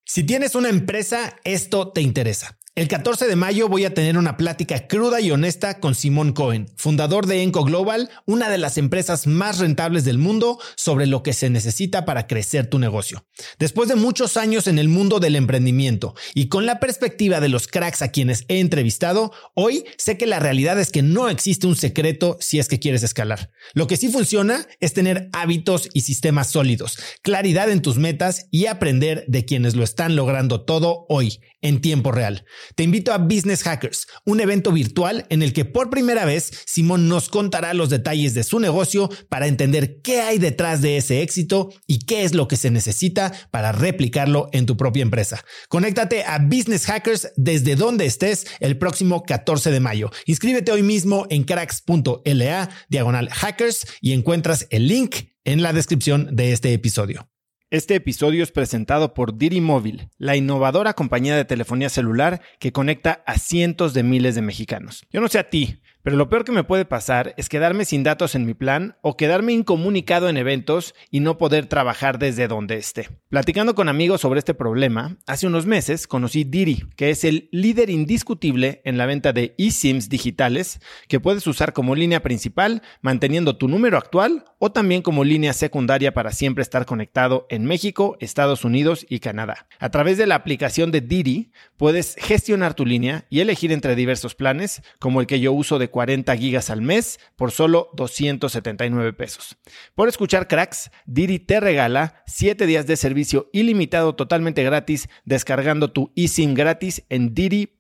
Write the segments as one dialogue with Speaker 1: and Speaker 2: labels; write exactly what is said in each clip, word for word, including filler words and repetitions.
Speaker 1: Si tienes una empresa, esto te interesa. El catorce de mayo voy a tener una plática cruda y honesta con Simón Cohen, fundador de Enco Global, una de las empresas más rentables del mundo, sobre lo que se necesita para crecer tu negocio. Después de muchos años en el mundo del emprendimiento y con la perspectiva de los cracks a quienes he entrevistado, hoy sé que la realidad es que no existe un secreto si es que quieres escalar. Lo que sí funciona es tener hábitos y sistemas sólidos, claridad en tus metas y aprender de quienes lo están logrando todo hoy, en tiempo real. Te invito a Business Hackers, un evento virtual en el que por primera vez Simón nos contará los detalles de su negocio para entender qué hay detrás de ese éxito y qué es lo que se necesita para replicarlo en tu propia empresa. Conéctate a Business Hackers desde donde estés el próximo catorce de mayo. Inscríbete hoy mismo en cracks.la diagonal hackers y encuentras el link en la descripción de este episodio. Este episodio es presentado por Didi Móvil, la innovadora compañía de telefonía celular que conecta a cientos de miles de mexicanos. Yo no sé a ti, pero lo peor que me puede pasar es quedarme sin datos en mi plan o quedarme incomunicado en eventos y no poder trabajar desde donde esté. Platicando con amigos sobre este problema, hace unos meses conocí Didi, que es el líder indiscutible en la venta de eSIMs digitales que puedes usar como línea principal, manteniendo tu número actual o también como línea secundaria para siempre estar conectado en México, Estados Unidos y Canadá. A través de la aplicación de Didi, puedes gestionar tu línea y elegir entre diversos planes, como el que yo uso de cuarenta gigas al mes por solo doscientos setenta y nueve pesos. Por escuchar Cracks, Didi te regala siete días de servicio ilimitado totalmente gratis descargando tu eSIM gratis en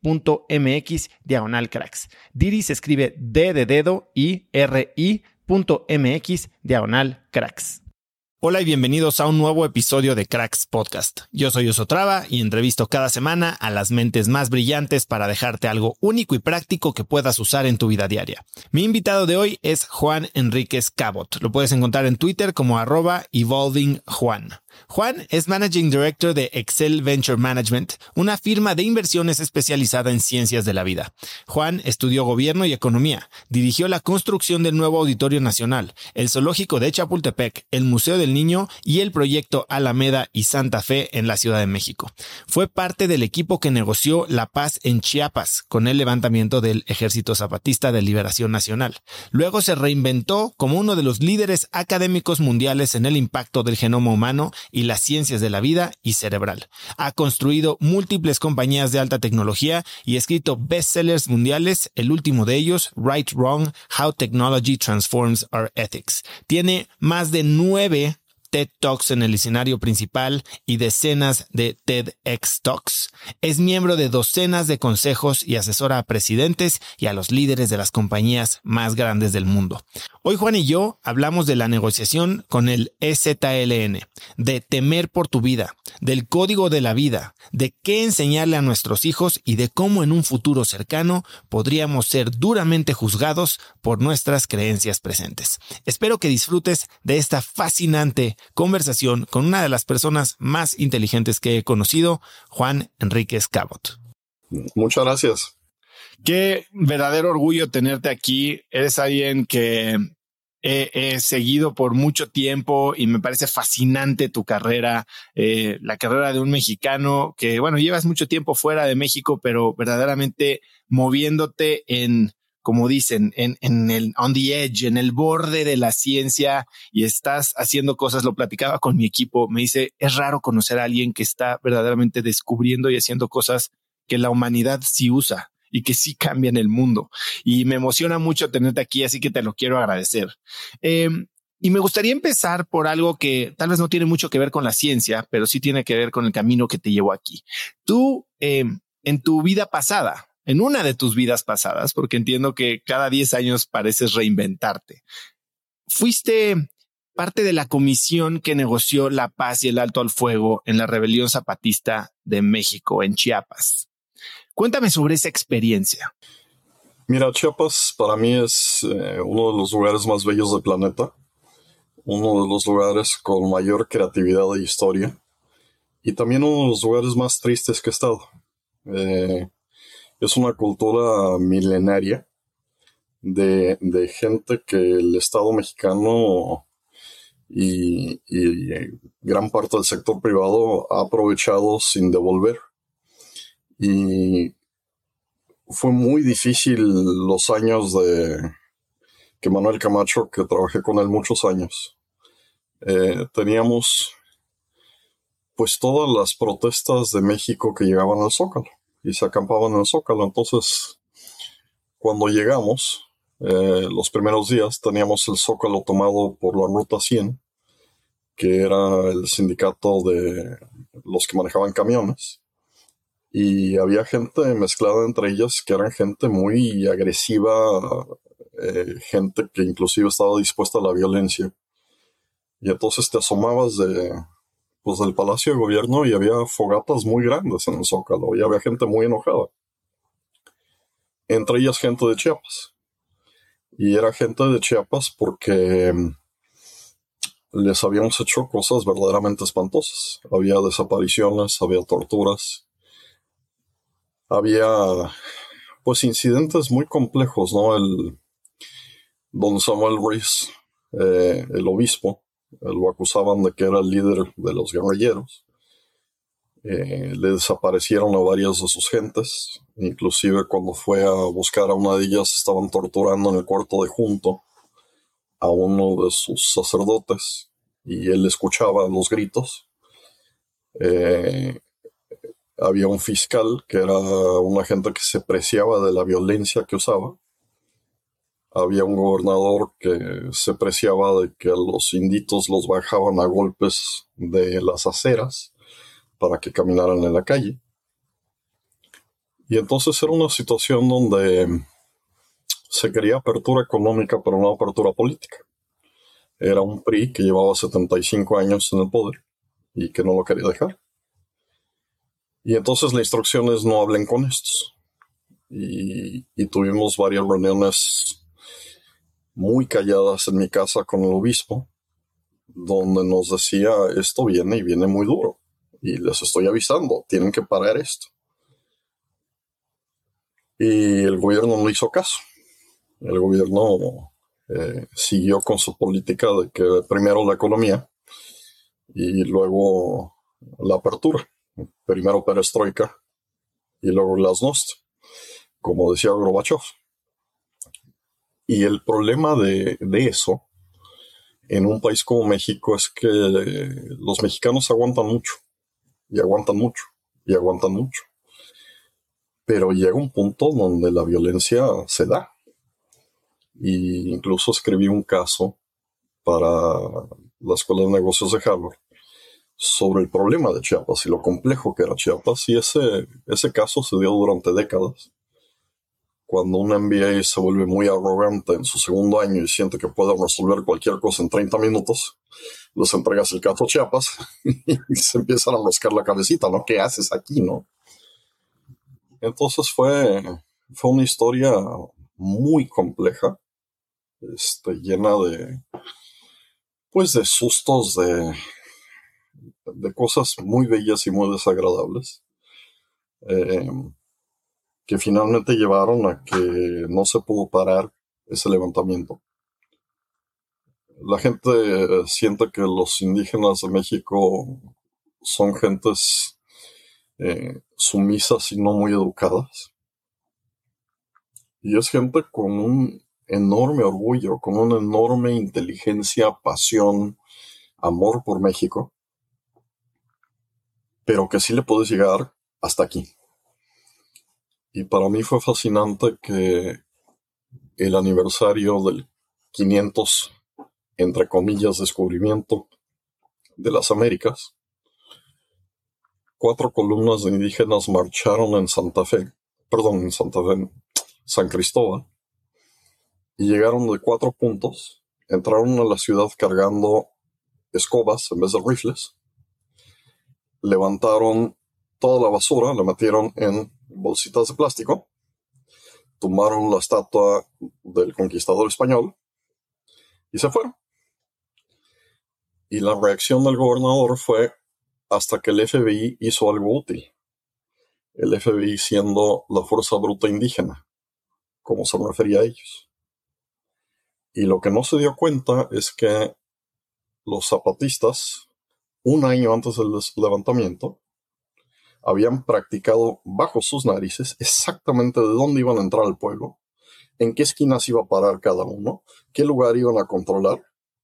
Speaker 1: didi.mx diagonal cracks. Didi se escribe D de dedo y R I punto mx diagonal cracks. Hola y bienvenidos a un nuevo episodio de Cracks Podcast. Yo soy Oso Traba y entrevisto cada semana a las mentes más brillantes para dejarte algo único y práctico que puedas usar en tu vida diaria. Mi invitado de hoy es Juan Enríquez Cabot. Lo puedes encontrar en Twitter como arroba evolvingjuan. Juan es Managing Director de Excel Venture Management, una firma de inversiones especializada en ciencias de la vida. Juan estudió gobierno y economía, dirigió la construcción del nuevo Auditorio Nacional, el Zoológico de Chapultepec, el Museo del Niño y el proyecto Alameda y Santa Fe en la Ciudad de México. Fue parte del equipo que negoció la paz en Chiapas con el levantamiento del Ejército Zapatista de Liberación Nacional. Luego se reinventó como uno de los líderes académicos mundiales en el impacto del genoma humano y las ciencias de la vida y cerebral. Ha construido múltiples compañías de alta tecnología y escrito bestsellers mundiales, el último de ellos, Right Wrong, How Technology Transforms Our Ethics. Tiene más de nueve TED Talks en el escenario principal y decenas de TEDx Talks. Es miembro de docenas de consejos y asesora a presidentes y a los líderes de las compañías más grandes del mundo. Hoy Juan y yo hablamos de la negociación con el E Z L N, de temer por tu vida, del código de la vida, de qué enseñarle a nuestros hijos y de cómo en un futuro cercano podríamos ser duramente juzgados por nuestras creencias presentes. Espero que disfrutes de esta fascinante conversación con una de las personas más inteligentes que he conocido, Juan Enríquez Cabot.
Speaker 2: Muchas gracias.
Speaker 1: Qué verdadero orgullo tenerte aquí. Eres alguien que he, he seguido por mucho tiempo y me parece fascinante tu carrera, eh, la carrera de un mexicano que, bueno, llevas mucho tiempo fuera de México, pero verdaderamente moviéndote en, como dicen, en, en el on the edge, en el borde de la ciencia y estás haciendo cosas. Lo platicaba con mi equipo. Me dice, es raro conocer a alguien que está verdaderamente descubriendo y haciendo cosas que la humanidad sí usa y que sí cambian el mundo. Y me emociona mucho tenerte aquí, así que te lo quiero agradecer. Eh, y me gustaría empezar por algo que tal vez no tiene mucho que ver con la ciencia, pero sí tiene que ver con el camino que te llevó aquí. Tú, eh, en tu vida pasada, en una de tus vidas pasadas, porque entiendo que cada diez años pareces reinventarte, fuiste parte de la comisión que negoció la paz y el alto al fuego en la rebelión zapatista de México, en Chiapas. Cuéntame sobre esa experiencia.
Speaker 2: Mira, Chiapas para mí es eh, uno de los lugares más bellos del planeta, uno de los lugares con mayor creatividad e historia y también uno de los lugares más tristes que he estado. Eh, es una cultura milenaria de, de gente que el Estado mexicano y, y gran parte del sector privado ha aprovechado sin devolver. Y fue muy difícil los años de que Manuel Camacho, que trabajé con él muchos años. Eh, teníamos pues todas las protestas de México que llegaban al Zócalo y se acampaban en el Zócalo. Entonces, cuando llegamos, eh, los primeros días teníamos el Zócalo tomado por la Ruta cien, que era el sindicato de los que manejaban camiones. Y había gente mezclada entre ellas que eran gente muy agresiva, eh, gente que inclusive estaba dispuesta a la violencia. Y entonces te asomabas de, pues, del Palacio de Gobierno y había fogatas muy grandes en el Zócalo y había gente muy enojada. Entre ellas gente de Chiapas. Y era gente de Chiapas porque les habíamos hecho cosas verdaderamente espantosas. Había desapariciones, había torturas. Había, pues, incidentes muy complejos, ¿no? El don Samuel Ruiz, eh, el obispo, eh, lo acusaban de que era el líder de los guerrilleros. Eh, le desaparecieron a varias de sus gentes. Inclusive cuando fue a buscar a una de ellas, estaban torturando en el cuarto de junto a uno de sus sacerdotes y él escuchaba los gritos. Eh, había un fiscal que era una gente que se preciaba de la violencia que usaba. Había un gobernador que se preciaba de que a los inditos los bajaban a golpes de las aceras para que caminaran en la calle. Y entonces era una situación donde se quería apertura económica, pero no apertura política. Era un P R I que llevaba setenta y cinco años en el poder y que no lo quería dejar. Y entonces la instrucción es: no hablen con estos. Y, y tuvimos varias reuniones muy calladas en mi casa con el obispo, donde nos decía: esto viene y viene muy duro. Y les estoy avisando, tienen que parar esto. Y el gobierno no hizo caso. El gobierno eh, siguió con su política de que primero la economía y luego la apertura. Primero perestroika y luego glasnost, como decía Gorbachev. Y el problema de, de eso en un país como México es que los mexicanos aguantan mucho, y aguantan mucho, y aguantan mucho. Pero llega un punto donde la violencia se da. Y incluso escribí un caso para la Escuela de Negocios de Harvard sobre el problema de Chiapas y lo complejo que era Chiapas, y ese, ese caso se dio durante décadas. Cuando un M B A se vuelve muy arrogante en su segundo año y siente que puede resolver cualquier cosa en treinta minutos, les entregas el caso Chiapas y se empiezan a rascar la cabecita, ¿no? ¿Qué haces aquí, no? Entonces fue, fue una historia muy compleja, este, llena de, pues, de sustos, de, de cosas muy bellas y muy desagradables, eh, que finalmente llevaron a que no se pudo parar ese levantamiento. La gente siente que los indígenas de México son gentes eh, sumisas y no muy educadas. Y es gente con un enorme orgullo, con una enorme inteligencia, pasión, amor por México, pero que sí le puedes llegar hasta aquí. Y para mí fue fascinante que el aniversario del quinientos, entre comillas, descubrimiento de las Américas, cuatro columnas de indígenas marcharon en Santa Fe, perdón, en Santa Fe, San Cristóbal, y llegaron de cuatro puntos, entraron a la ciudad cargando escobas en vez de rifles, levantaron toda la basura, la metieron en bolsitas de plástico, tumbaron la estatua del conquistador español y se fueron. Y la reacción del gobernador fue hasta que el F B I hizo algo útil. El F B I siendo la fuerza bruta indígena, como se refería a ellos. Y lo que no se dio cuenta es que los zapatistas, un año antes del des- levantamiento, habían practicado bajo sus narices exactamente de dónde iban a entrar al pueblo, en qué esquinas iba a parar cada uno, qué lugar iban a controlar.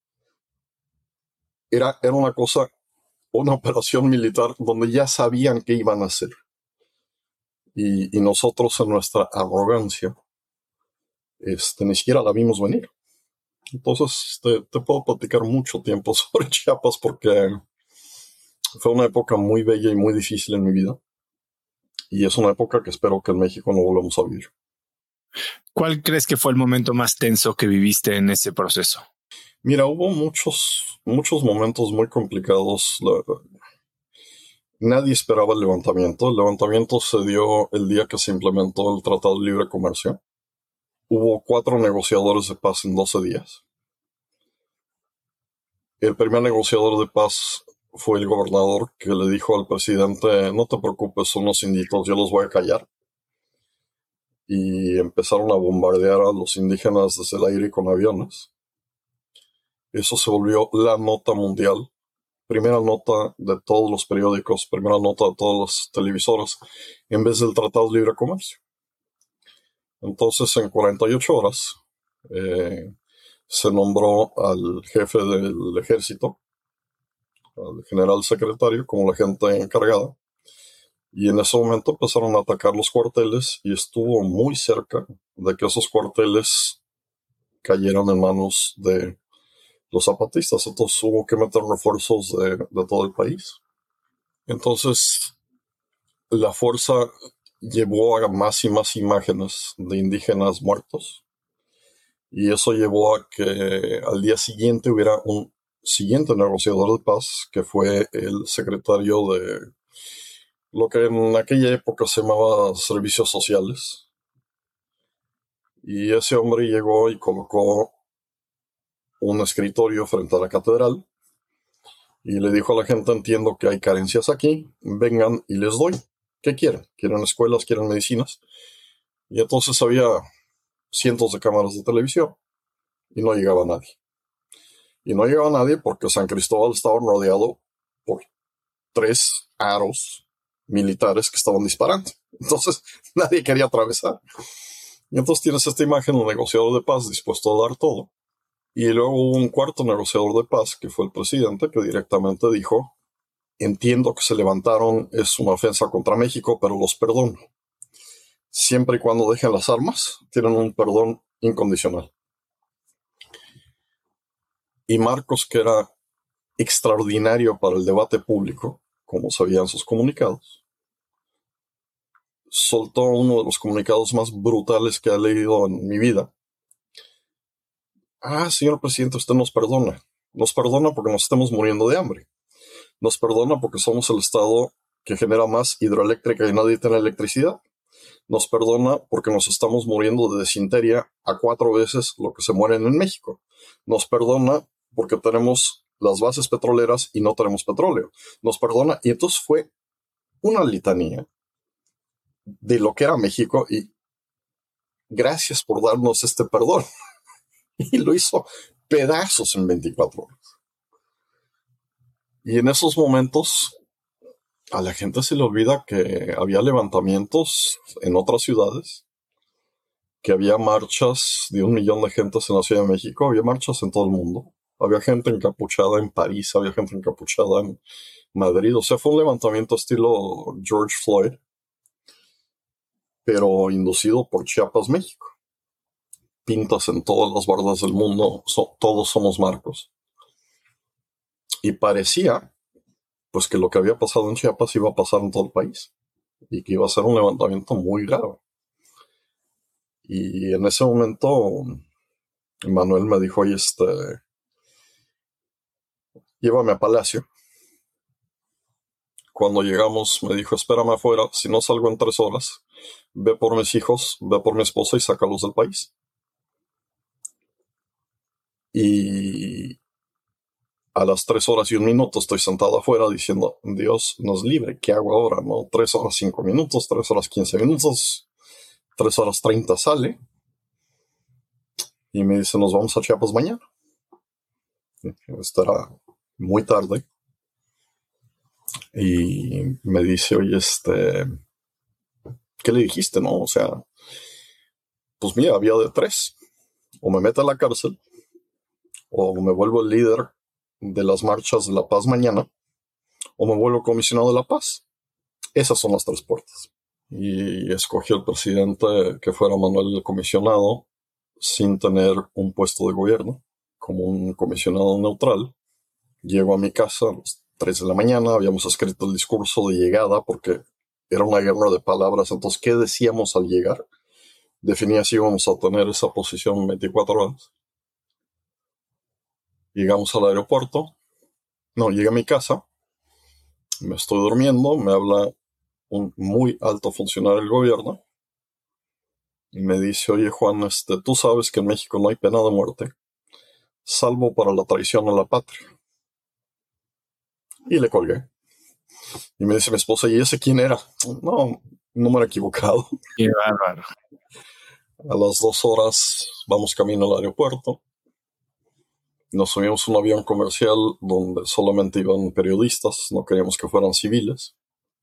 Speaker 2: Era, era una cosa, una operación militar donde ya sabían qué iban a hacer. Y, y nosotros en nuestra arrogancia, este, ni siquiera la vimos venir. Entonces te, te puedo platicar mucho tiempo sobre Chiapas porque fue una época muy bella y muy difícil en mi vida. Y es una época que espero que en México no volvamos a vivir.
Speaker 3: ¿Cuál crees que fue el momento más tenso que viviste en ese proceso?
Speaker 2: Mira, hubo muchos, muchos momentos muy complicados. La- nadie esperaba el levantamiento. El levantamiento se dio el día que se implementó el Tratado de Libre Comercio. Hubo cuatro negociadores de paz en doce días. El primer negociador de paz fue el gobernador, que le dijo al presidente: no te preocupes, son los inditos, yo los voy a callar. Y empezaron a bombardear a los indígenas desde el aire con aviones. Eso se volvió la nota mundial. Primera nota de todos los periódicos, primera nota de todas las televisoras, en vez del Tratado de Libre Comercio. Entonces, en cuarenta y ocho horas, eh, se nombró al jefe del ejército, al general secretario, como la gente encargada. Y en ese momento empezaron a atacar los cuarteles y estuvo muy cerca de que esos cuarteles cayeran en manos de los zapatistas. Entonces hubo que meter refuerzos de, de todo el país. Entonces la fuerza llevó a más y más imágenes de indígenas muertos. Y eso llevó a que al día siguiente hubiera un siguiente negociador de paz, que fue el secretario de lo que en aquella época se llamaba servicios sociales. Y ese hombre llegó y colocó un escritorio frente a la catedral y le dijo a la gente: entiendo que hay carencias aquí, vengan y les doy. ¿Qué quieren? ¿Quieren escuelas? ¿Quieren medicinas? Y entonces había cientos de cámaras de televisión y no llegaba nadie. Y no llegaba nadie porque San Cristóbal estaba rodeado por tres aros militares que estaban disparando. Entonces nadie quería atravesar. Y entonces tienes esta imagen de un negociador de paz dispuesto a dar todo. Y luego hubo un cuarto negociador de paz, que fue el presidente, que directamente dijo: entiendo que se levantaron, es una ofensa contra México, pero los perdono. Siempre y cuando dejen las armas, tienen un perdón incondicional. Y Marcos, que era extraordinario para el debate público, como sabían sus comunicados, soltó uno de los comunicados más brutales que he leído en mi vida. Ah, señor presidente, usted nos perdona. Nos perdona porque nos estamos muriendo de hambre. Nos perdona porque somos el estado que genera más hidroeléctrica y nadie tiene electricidad. Nos perdona porque nos estamos muriendo de desinteria a cuatro veces lo que se mueren en México. Nos perdona porque tenemos las bases petroleras y no tenemos petróleo. Nos perdona. Y entonces fue una litanía de lo que era México y gracias por darnos este perdón. Y lo hizo pedazos en veinticuatro horas. Y en esos momentos a la gente se le olvida que había levantamientos en otras ciudades, que había marchas de un millón de gentes en la Ciudad de México, había marchas en todo el mundo. Había gente encapuchada en París, había gente encapuchada en Madrid. O sea, fue un levantamiento estilo George Floyd, pero inducido por Chiapas, México. Pintas en todas las bardas del mundo, so, todos somos Marcos. Y parecía, pues, que lo que había pasado en Chiapas iba a pasar en todo el país y que iba a ser un levantamiento muy grave. Y en ese momento Manuel me dijo: oye, este, llévame a Palacio. Cuando llegamos me dijo: espérame afuera, si no salgo en tres horas, ve por mis hijos, ve por mi esposa y sácalos del país. Y a las tres horas y un minuto estoy sentado afuera diciendo: Dios nos libre, ¿qué hago ahora? ¿No? Tres horas cinco minutos, tres horas quince minutos, tres horas treinta sale. Y me dice: nos vamos a Chiapas mañana. Esta era muy tarde, y me dice, oye, este, ¿qué le dijiste, no? O sea, pues mira, había de tres. O me mete a la cárcel, o me vuelvo el líder de las marchas de la paz mañana, o me vuelvo comisionado de la paz. Esas son las tres puertas. Y escogió el presidente que fuera Manuel el comisionado, sin tener un puesto de gobierno, como un comisionado neutral. Llego a mi casa a las tres de la mañana, habíamos escrito el discurso de llegada porque era una guerra de palabras, entonces, ¿qué decíamos al llegar? Definía si íbamos a tener esa posición veinticuatro horas. Llegamos al aeropuerto, no, llegué a mi casa, me estoy durmiendo, me habla un muy alto funcionario del gobierno y me dice, oye Juan, este, tú sabes que en México no hay pena de muerte, salvo para la traición a la patria. Y le colgué. Y me dice mi esposa, ¿y ese quién era? No, no me he equivocado.
Speaker 3: Qué bárbaro.
Speaker 2: A las dos horas vamos camino al aeropuerto. Nos subimos a un avión comercial donde solamente iban periodistas, no queríamos que fueran civiles.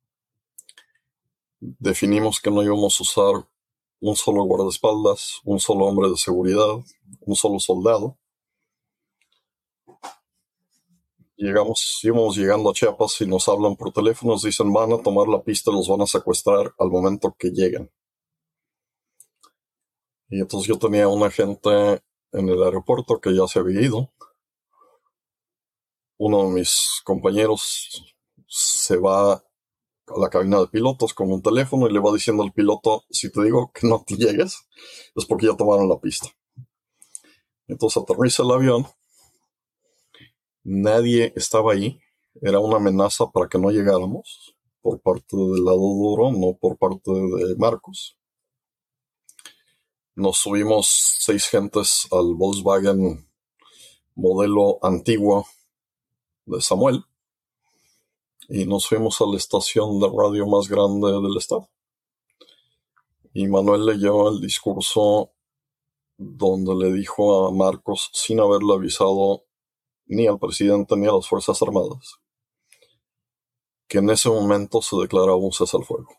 Speaker 2: Definimos que no íbamos a usar un solo guardaespaldas, un solo hombre de seguridad, un solo soldado. Llegamos, íbamos llegando a Chiapas y nos hablan por teléfono, nos dicen van a tomar la pista y los van a secuestrar al momento que lleguen. Y entonces yo tenía un agente en el aeropuerto que ya se había ido. Uno de mis compañeros se va a la cabina de pilotos con un teléfono y le va diciendo al piloto, si te digo que no te llegues, es porque ya tomaron la pista. Entonces aterriza el avión. Nadie estaba ahí. Era una amenaza para que no llegáramos por parte del lado duro, no por parte de Marcos. Nos subimos seis gentes al Volkswagen modelo antiguo de Samuel y nos fuimos a la estación de radio más grande del estado. Y Manuel leyó el discurso donde le dijo a Marcos, sin haberle avisado ni al presidente ni a las Fuerzas Armadas, que en ese momento se declaraba un cese al fuego.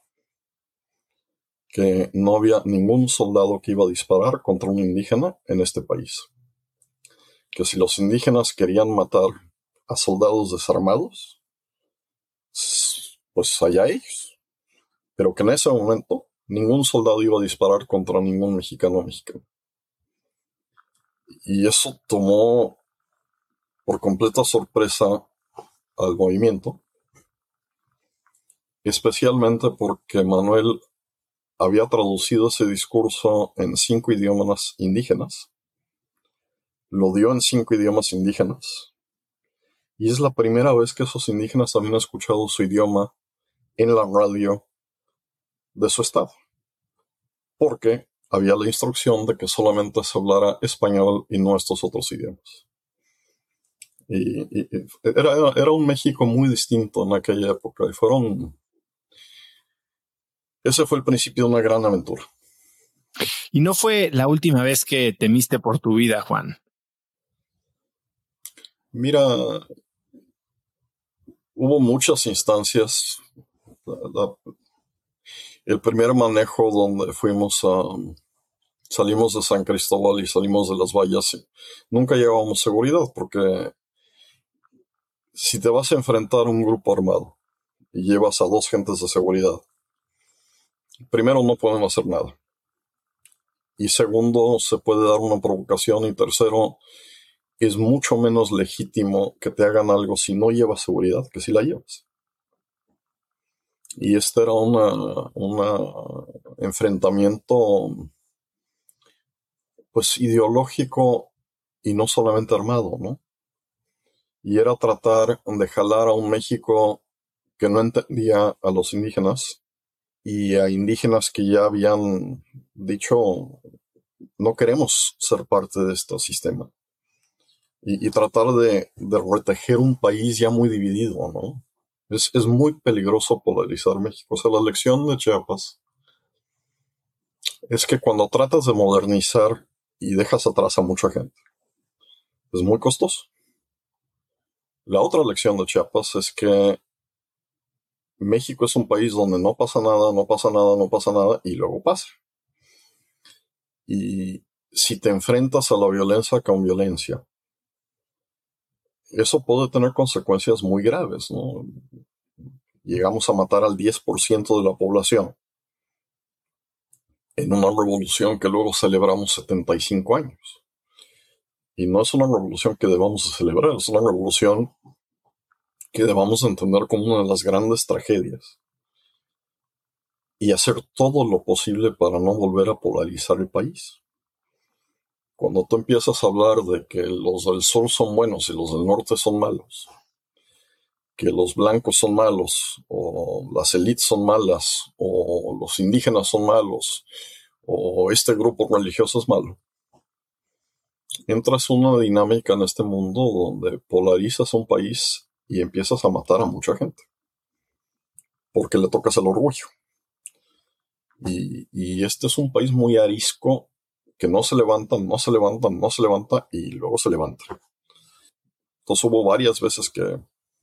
Speaker 2: Que no había ningún soldado que iba a disparar contra un indígena en este país. Que si los indígenas querían matar a soldados desarmados, pues allá ellos. Pero que en ese momento ningún soldado iba a disparar contra ningún mexicano o mexicano. Y eso tomó por completa sorpresa al movimiento, especialmente porque Manuel había traducido ese discurso en cinco idiomas indígenas, lo dio en cinco idiomas indígenas, y es la primera vez que esos indígenas habían escuchado su idioma en la radio de su estado, porque había la instrucción de que solamente se hablara español y no estos otros idiomas. Y, y, y era, era un México muy distinto en aquella época, y fueron... Ese fue el principio de una gran aventura.
Speaker 3: Y no fue la última vez que temiste por tu vida, Juan.
Speaker 2: Mira, hubo muchas instancias. La, la, el primer manejo donde fuimos a... Salimos de San Cristóbal y salimos de las vallas. Y nunca llevábamos seguridad porque si te vas a enfrentar a un grupo armado y llevas a dos gentes de seguridad, primero no pueden hacer nada. Y segundo, se puede dar una provocación. Y tercero, es mucho menos legítimo que te hagan algo si no llevas seguridad que si la llevas. Y este era un una enfrentamiento pues ideológico y no solamente armado, ¿no? Y era tratar de jalar a un México que no entendía a los indígenas y a indígenas que ya habían dicho no queremos ser parte de este sistema. Y, y tratar de, de retejer un país ya muy dividido, ¿no? Es, es muy peligroso polarizar México. O sea, la lección de Chiapas es que cuando tratas de modernizar y dejas atrás a mucha gente, es muy costoso. La otra lección de Chiapas es que México es un país donde no pasa nada, no pasa nada, no pasa nada, y luego pasa. Y si te enfrentas a la violencia con violencia, eso puede tener consecuencias muy graves, ¿no? Llegamos a matar al diez por ciento de la población en una revolución que luego celebramos setenta y cinco años. Y no es una revolución que debamos de celebrar, es una revolución que debamos entender como una de las grandes tragedias y hacer todo lo posible para no volver a polarizar el país. Cuando tú empiezas a hablar de que los del sur son buenos y los del norte son malos, que los blancos son malos, o las élites son malas, o los indígenas son malos, o este grupo religioso es malo, entras en una dinámica en este mundo donde polarizas un país y empiezas a matar a mucha gente, porque le tocas el orgullo. Y, y este es un país muy arisco, que no se levanta, no se levanta, no se levanta, y luego se levanta. Entonces hubo varias veces que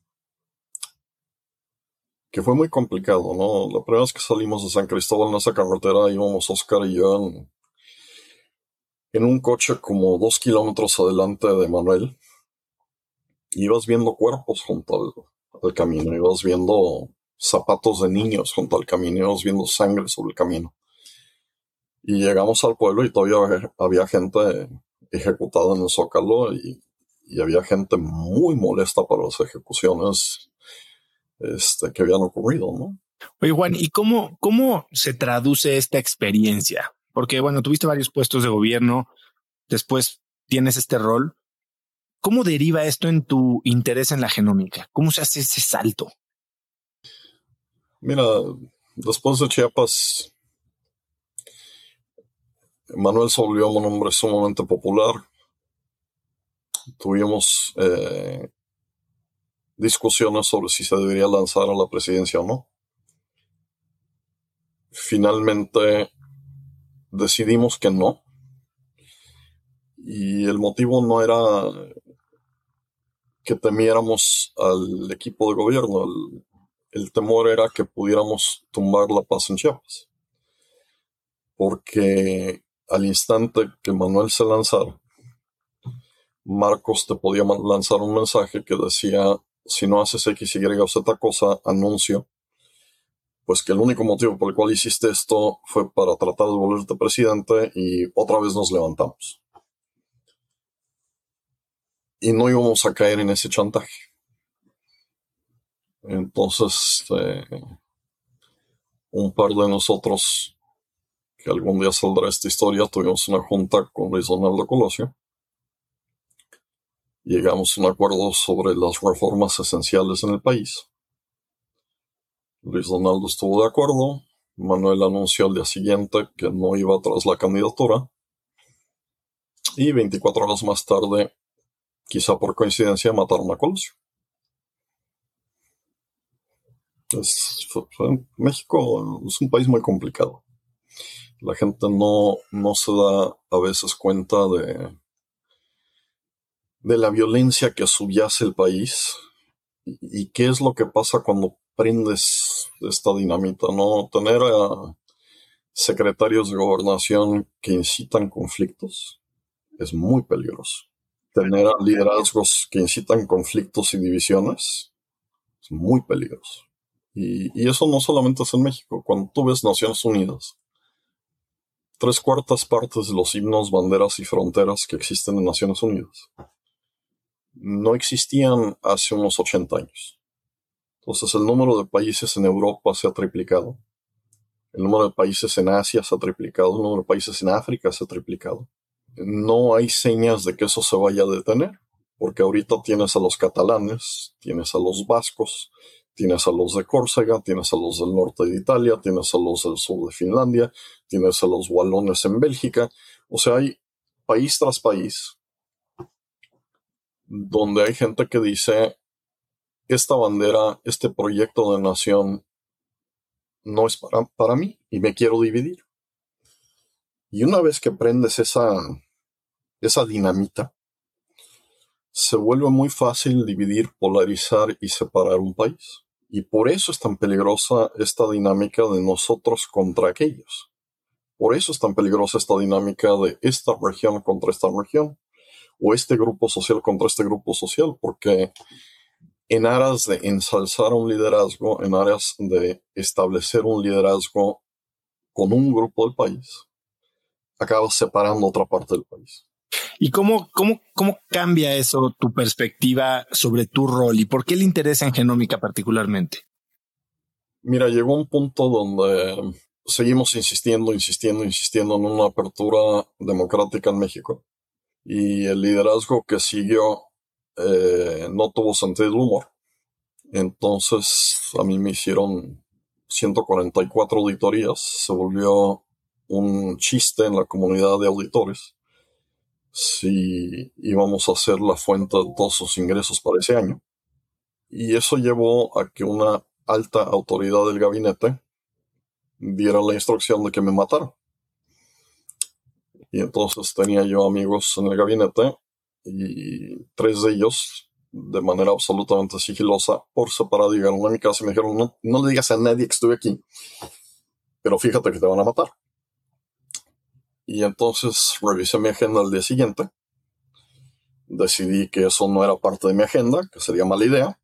Speaker 2: que fue muy complicado, ¿no? La primera vez que salimos de San Cristóbal en esa carretera íbamos Oscar y yo en, en un coche como dos kilómetros adelante de Manuel. Ibas viendo cuerpos junto al, al camino, ibas viendo zapatos de niños junto al camino, ibas viendo sangre sobre el camino. Y llegamos al pueblo y todavía había, había gente ejecutada en el Zócalo y, y había gente muy molesta por las ejecuciones este, que habían ocurrido, ¿no?
Speaker 3: Oye, Juan, ¿y cómo, cómo se traduce esta experiencia? Porque, bueno, tuviste varios puestos de gobierno, después tienes este rol. ¿Cómo deriva esto en tu interés en la genómica? ¿Cómo se hace ese salto?
Speaker 2: Mira, después de Chiapas, Manuel se volvió un hombre sumamente popular. Tuvimos eh, discusiones sobre si se debería lanzar a la presidencia o no. Finalmente decidimos que no. Y el motivo no era que temiéramos al equipo de gobierno. El, el temor era que pudiéramos tumbar la paz en Chiapas. Porque al instante que Manuel se lanzara, Marcos te podía lanzar un mensaje que decía: si no haces X, Y o Z cosa, anuncio pues que el único motivo por el cual hiciste esto fue para tratar de volverte presidente, y otra vez nos levantamos. Y no íbamos a caer en ese chantaje. Entonces, eh, un par de nosotros, que algún día saldrá esta historia, tuvimos una junta con Luis Donaldo Colosio. Llegamos a un acuerdo sobre las reformas esenciales en el país. Luis Donaldo estuvo de acuerdo. Manuel anunció al día siguiente que no iba tras la candidatura. Y veinticuatro horas más tarde, quizá por coincidencia, mataron a Colosio. Es, fue, fue, México es un país muy complicado. La gente no, no se da a veces cuenta de, de la violencia que subyace el país y, y qué es lo que pasa cuando prendes esta dinamita, ¿no? Tener a secretarios de gobernación que incitan conflictos es muy peligroso. Tener a liderazgos que incitan conflictos y divisiones es muy peligroso. Y, y eso no solamente es en México. Cuando tú ves Naciones Unidas, tres cuartas partes de los himnos, banderas y fronteras que existen en Naciones Unidas no existían hace unos ochenta años. Entonces el número de países en Europa se ha triplicado. El número de países en Asia se ha triplicado. El número de países en África se ha triplicado. No hay señas de que eso se vaya a detener, porque ahorita tienes a los catalanes, tienes a los vascos, tienes a los de Córcega, tienes a los del norte de Italia, tienes a los del sur de Finlandia, tienes a los walones en Bélgica. O sea, hay país tras país donde hay gente que dice: esta bandera, este proyecto de nación no es para, para mí y me quiero dividir. Y una vez que prendes esa, esa dinamita, se vuelve muy fácil dividir, polarizar y separar un país. Y por eso es tan peligrosa esta dinámica de nosotros contra aquellos. Por eso es tan peligrosa esta dinámica de esta región contra esta región, o este grupo social contra este grupo social, porque en aras de ensalzar un liderazgo, en aras de establecer un liderazgo con un grupo del país, acabas separando otra parte del país.
Speaker 3: ¿Y cómo, cómo, cómo cambia eso tu perspectiva sobre tu rol y por qué le interesa en Genómica particularmente?
Speaker 2: Mira, llegó un punto donde seguimos insistiendo, insistiendo, insistiendo en una apertura democrática en México. Y el liderazgo que siguió eh, no tuvo sentido del humor. Entonces a mí me hicieron ciento cuarenta y cuatro auditorías. Se volvió un chiste en la comunidad de auditores si íbamos a ser la fuente de todos sus ingresos para ese año. Y eso llevó a que una alta autoridad del gabinete diera la instrucción de que me mataran. Y entonces tenía yo amigos en el gabinete y tres de ellos, de manera absolutamente sigilosa, por separado, llegaron a mi casa y me dijeron, no, no le digas a nadie que estuve aquí, pero fíjate que te van a matar. Y entonces revisé mi agenda al día siguiente, decidí que eso no era parte de mi agenda, que sería mala idea.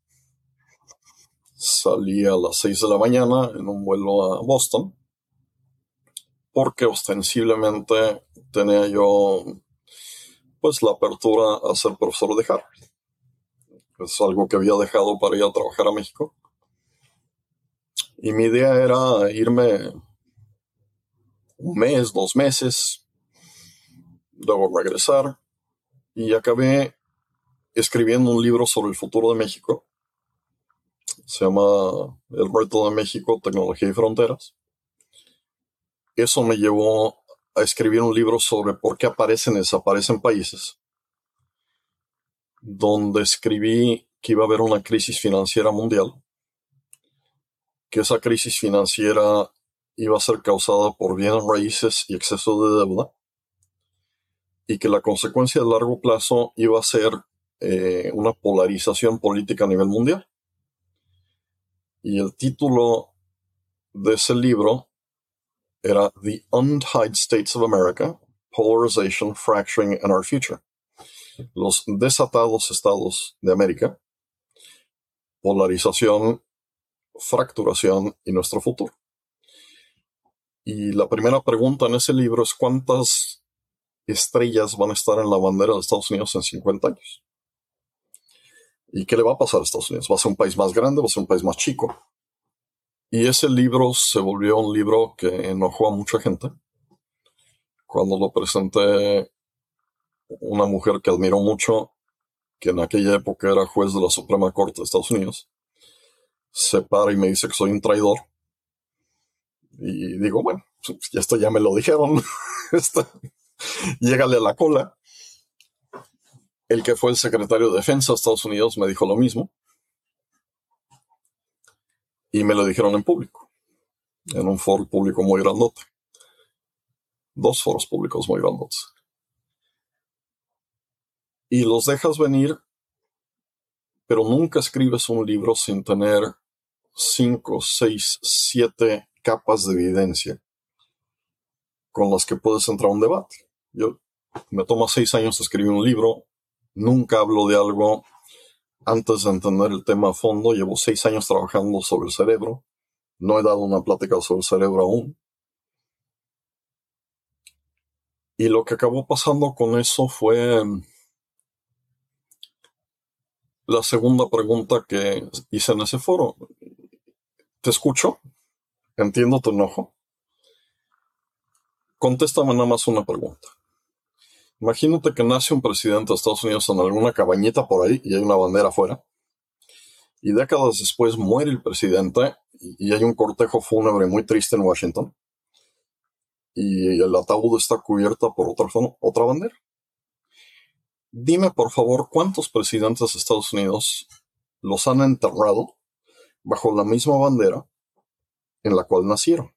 Speaker 2: Salí a las seis de la mañana en un vuelo a Boston, porque ostensiblemente tenía yo pues la apertura a ser profesor de Harvard. Es algo que había dejado para ir a trabajar a México. Y mi idea era irme un mes, dos meses, luego regresar. Y acabé escribiendo un libro sobre el futuro de México. Se llama El reto de México, tecnología y fronteras. Eso me llevó a escribir un libro sobre por qué aparecen y desaparecen países, donde escribí que iba a haber una crisis financiera mundial, que esa crisis financiera iba a ser causada por bienes raíces y exceso de deuda, y que la consecuencia a largo plazo iba a ser eh, una polarización política a nivel mundial. Y el título de ese libro era The Untied States of America, Polarization, Fracturing, and Our Future. Los desatados estados de América, polarización, fracturación y nuestro futuro. Y la primera pregunta en ese libro es ¿cuántas estrellas van a estar en la bandera de Estados Unidos en cincuenta años? ¿Y qué le va a pasar a Estados Unidos? ¿Va a ser un país más grande? ¿Va a ser un país más chico? Y ese libro se volvió un libro que enojó a mucha gente. Cuando lo presenté, una mujer que admiro mucho, que en aquella época era juez de la Suprema Corte de Estados Unidos, se para y me dice que soy un traidor. Y digo, bueno, esto ya me lo dijeron. Llégale a la cola. El que fue el secretario de Defensa de Estados Unidos me dijo lo mismo. Y me lo dijeron en público, en un foro público muy grandote. Dos foros públicos muy grandotes. Y los dejas venir, pero nunca escribes un libro sin tener cinco, seis, siete capas de evidencia con las que puedes entrar a un debate. Yo me toma seis años escribir un libro, nunca hablo de algo antes de entender el tema a fondo. Llevo seis años trabajando sobre el cerebro. No he dado una plática sobre el cerebro aún. Y lo que acabó pasando con eso fue la segunda pregunta que hice en ese foro. Te escucho, entiendo tu enojo. Contéstame nada más una pregunta. Imagínate que nace un presidente de Estados Unidos en alguna cabañita por ahí y hay una bandera afuera. Y décadas después muere el presidente y hay un cortejo fúnebre muy triste en Washington. Y el ataúd está cubierto por otra, otra bandera. Dime, por favor, ¿cuántos presidentes de Estados Unidos los han enterrado bajo la misma bandera en la cual nacieron?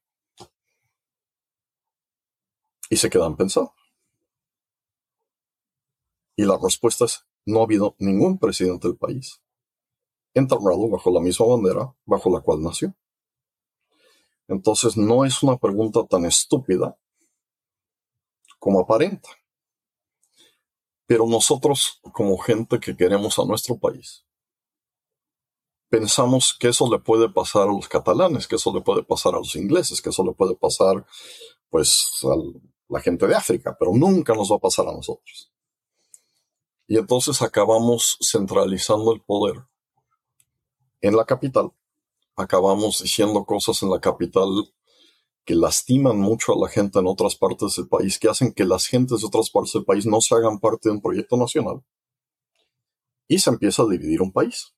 Speaker 2: Y se quedan pensando. Y la respuesta es no ha habido ningún presidente del país enterrado bajo la misma bandera bajo la cual nació. Entonces no es una pregunta tan estúpida como aparenta. Pero nosotros, como gente que queremos a nuestro país, pensamos que eso le puede pasar a los catalanes, que eso le puede pasar a los ingleses, que eso le puede pasar, pues, a la gente de África, pero nunca nos va a pasar a nosotros. Y entonces acabamos centralizando el poder en la capital. Acabamos diciendo cosas en la capital que lastiman mucho a la gente en otras partes del país, que hacen que las gentes de otras partes del país no se hagan parte de un proyecto nacional. Y se empieza a dividir un país.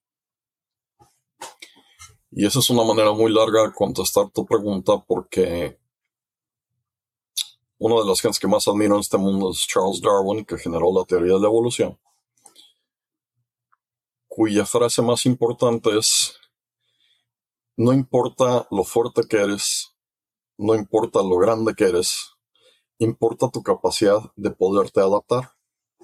Speaker 2: Y esa es una manera muy larga de contestar tu pregunta, porque una de las gentes que más admiro en este mundo es Charles Darwin, que generó la teoría de la evolución, cuya frase más importante es: no importa lo fuerte que eres, no importa lo grande que eres, importa tu capacidad de poderte adaptar.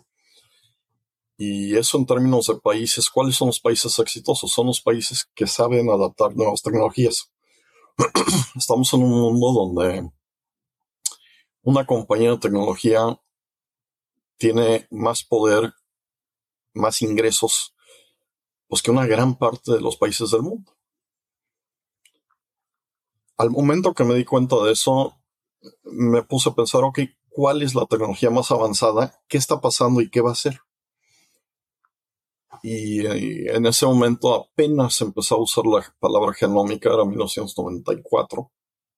Speaker 2: Y eso en términos de países, ¿cuáles son los países exitosos? Son los países que saben adaptar nuevas tecnologías. Estamos en un mundo donde una compañía de tecnología tiene más poder, más ingresos, pues que una gran parte de los países del mundo. Al momento que me di cuenta de eso, me puse a pensar, ok, ¿cuál es la tecnología más avanzada? ¿Qué está pasando y qué va a hacer? Y, y en ese momento apenas empezó a usar la palabra genómica, era mil novecientos noventa y cuatro.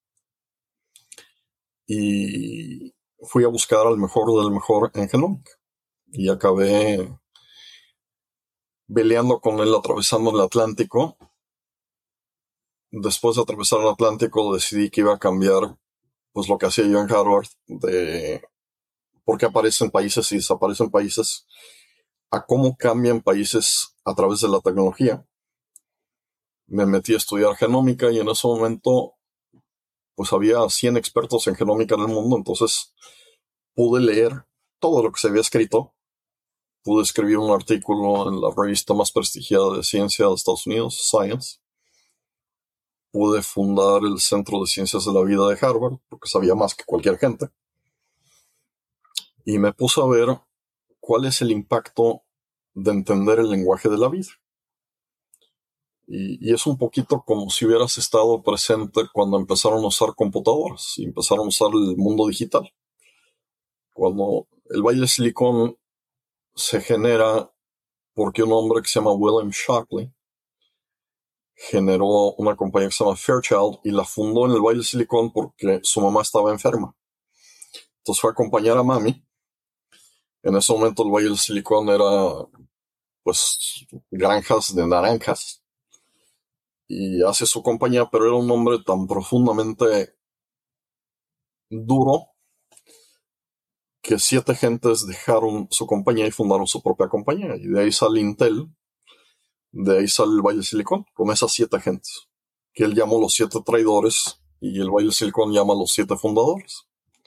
Speaker 2: Y fui a buscar al mejor del mejor en genómica. Y acabé peleando con él atravesando el Atlántico. Después de atravesar el Atlántico decidí que iba a cambiar pues lo que hacía yo en Harvard, de por qué aparecen países y desaparecen países, a cómo cambian países a través de la tecnología. Me metí a estudiar genómica y en ese momento pues había cien expertos en genómica en el mundo, entonces pude leer todo lo que se había escrito. Pude escribir un artículo en la revista más prestigiada de ciencia de Estados Unidos, Science. Pude fundar el Centro de Ciencias de la Vida de Harvard, porque sabía más que cualquier gente. Y me puse a ver cuál es el impacto de entender el lenguaje de la vida. Y, y es un poquito como si hubieras estado presente cuando empezaron a usar computadoras y empezaron a usar el mundo digital. Cuando el Valle de Silicon se genera porque un hombre que se llama William Shockley generó una compañía que se llama Fairchild y la fundó en el Valle de Silicon porque su mamá estaba enferma. Entonces fue a acompañar a mami. En ese momento el Valle de Silicon era pues granjas de naranjas. Y hace su compañía, pero era un hombre tan profundamente duro que siete gentes dejaron su compañía y fundaron su propia compañía. Y de ahí sale Intel, de ahí sale el Valle de Silicon, con esas siete gentes, que él llamó los siete traidores y el Valle de Silicon llama los siete fundadores.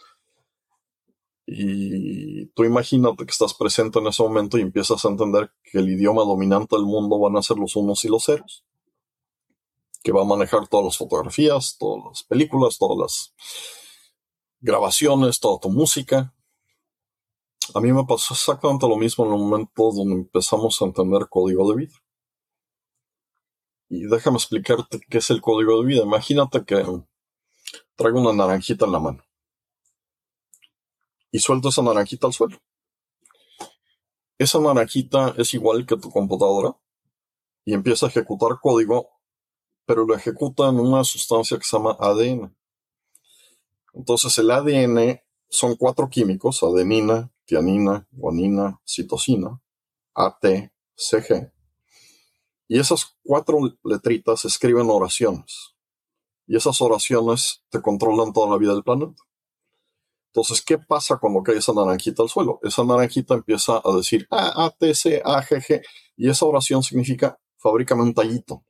Speaker 2: Y tú imagínate que estás presente en ese momento y empiezas a entender que el idioma dominante del mundo van a ser los unos y los ceros, que va a manejar todas las fotografías, todas las películas, todas las grabaciones, toda tu música. A mí me pasó exactamente lo mismo en el momento donde empezamos a entender código de vida. Y déjame explicarte qué es el código de vida. Imagínate que traigo una naranjita en la mano y suelto esa naranjita al suelo. Esa naranjita es igual que tu computadora y empieza a ejecutar código, pero lo ejecuta en una sustancia que se llama A D N. Entonces el A D N son cuatro químicos: adenina, tiamina, guanina, citosina, A T C G. Y esas cuatro letritas escriben oraciones. Y esas oraciones te controlan toda la vida del planeta. Entonces, ¿qué pasa cuando cae esa naranjita al suelo? Esa naranjita empieza a decir A, A, T, C, A, G, G. Y esa oración significa: fabrícame un tallito,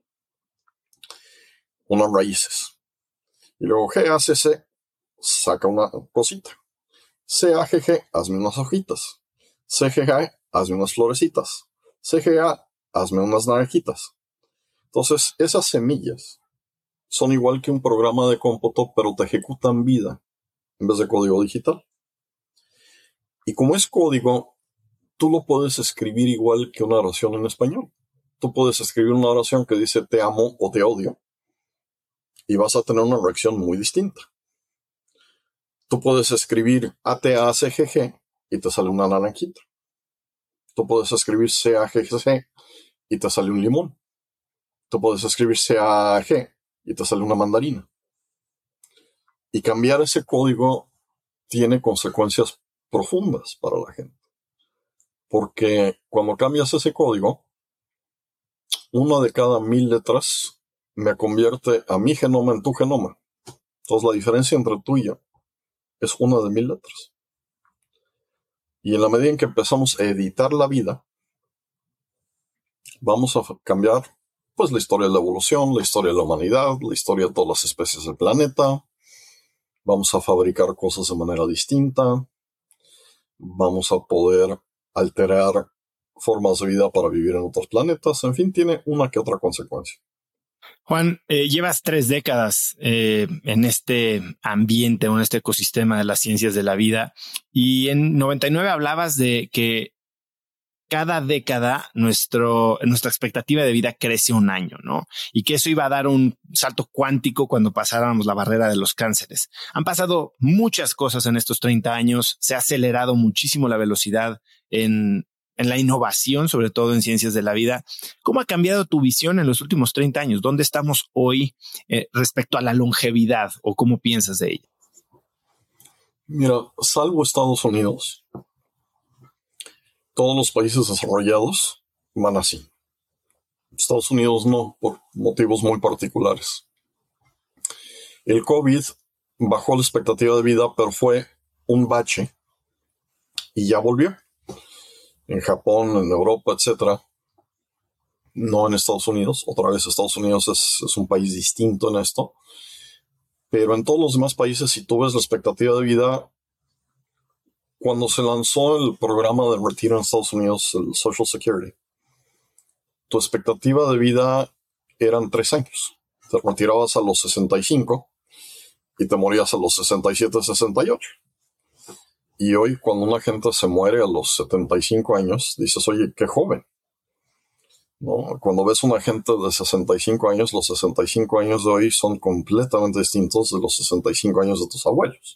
Speaker 2: unas raíces. Y luego G, A, C, C, saca una cosita. C, A, G, G, hazme unas hojitas. C, G, G, hazme unas florecitas. C G A, hazme unas naranjitas. Entonces, esas semillas son igual que un programa de cómputo, pero te ejecutan vida en vez de código digital. Y como es código, tú lo puedes escribir igual que una oración en español. Tú puedes escribir una oración que dice te amo o te odio y vas a tener una reacción muy distinta. Tú puedes escribir A T A C G G y te sale una naranjita. Tú puedes escribir C A G C y te sale un limón. Tú puedes escribir C A G y te sale una mandarina. Y cambiar ese código tiene consecuencias profundas para la gente. Porque cuando cambias ese código, una de cada mil letras me convierte a mi genoma en tu genoma. Entonces la diferencia entre tú y yo es una de mil letras. Y en la medida en que empezamos a editar la vida, vamos a cambiar pues la historia de la evolución, la historia de la humanidad, la historia de todas las especies del planeta. Vamos a fabricar cosas de manera distinta. Vamos a poder alterar formas de vida para vivir en otros planetas. En fin, tiene una que otra consecuencia.
Speaker 3: Juan, eh, llevas tres décadas eh, en este ambiente o en este ecosistema de las ciencias de la vida y en noventa y nueve hablabas de que cada década nuestro, nuestra expectativa de vida crece un año, ¿no? Y que eso iba a dar un salto cuántico cuando pasáramos la barrera de los cánceres. Han pasado muchas cosas en estos treinta años, se ha acelerado muchísimo la velocidad en, en la innovación, sobre todo en ciencias de la vida. ¿Cómo ha cambiado tu visión en los últimos treinta años? ¿Dónde estamos hoy eh, respecto a la longevidad o cómo piensas de ella?
Speaker 2: Mira, salvo Estados Unidos, todos los países desarrollados van así. Estados Unidos no, por motivos muy particulares. El COVID bajó la expectativa de vida, pero fue un bache y ya volvió. En Japón, en Europa, etcétera. No en Estados Unidos. Otra vez Estados Unidos es, es un país distinto en esto. Pero en todos los demás países, si tú ves la expectativa de vida, cuando se lanzó el programa de retiro en Estados Unidos, el Social Security, tu expectativa de vida eran tres años. Te retirabas a los sesenta y cinco y te morías a los sesenta y siete, sesenta y ocho. Y hoy, cuando una gente se muere a los setenta y cinco años, dices, oye, qué joven, ¿no? Cuando ves una gente de sesenta y cinco años, los sesenta y cinco años de hoy son completamente distintos de los sesenta y cinco años de tus abuelos.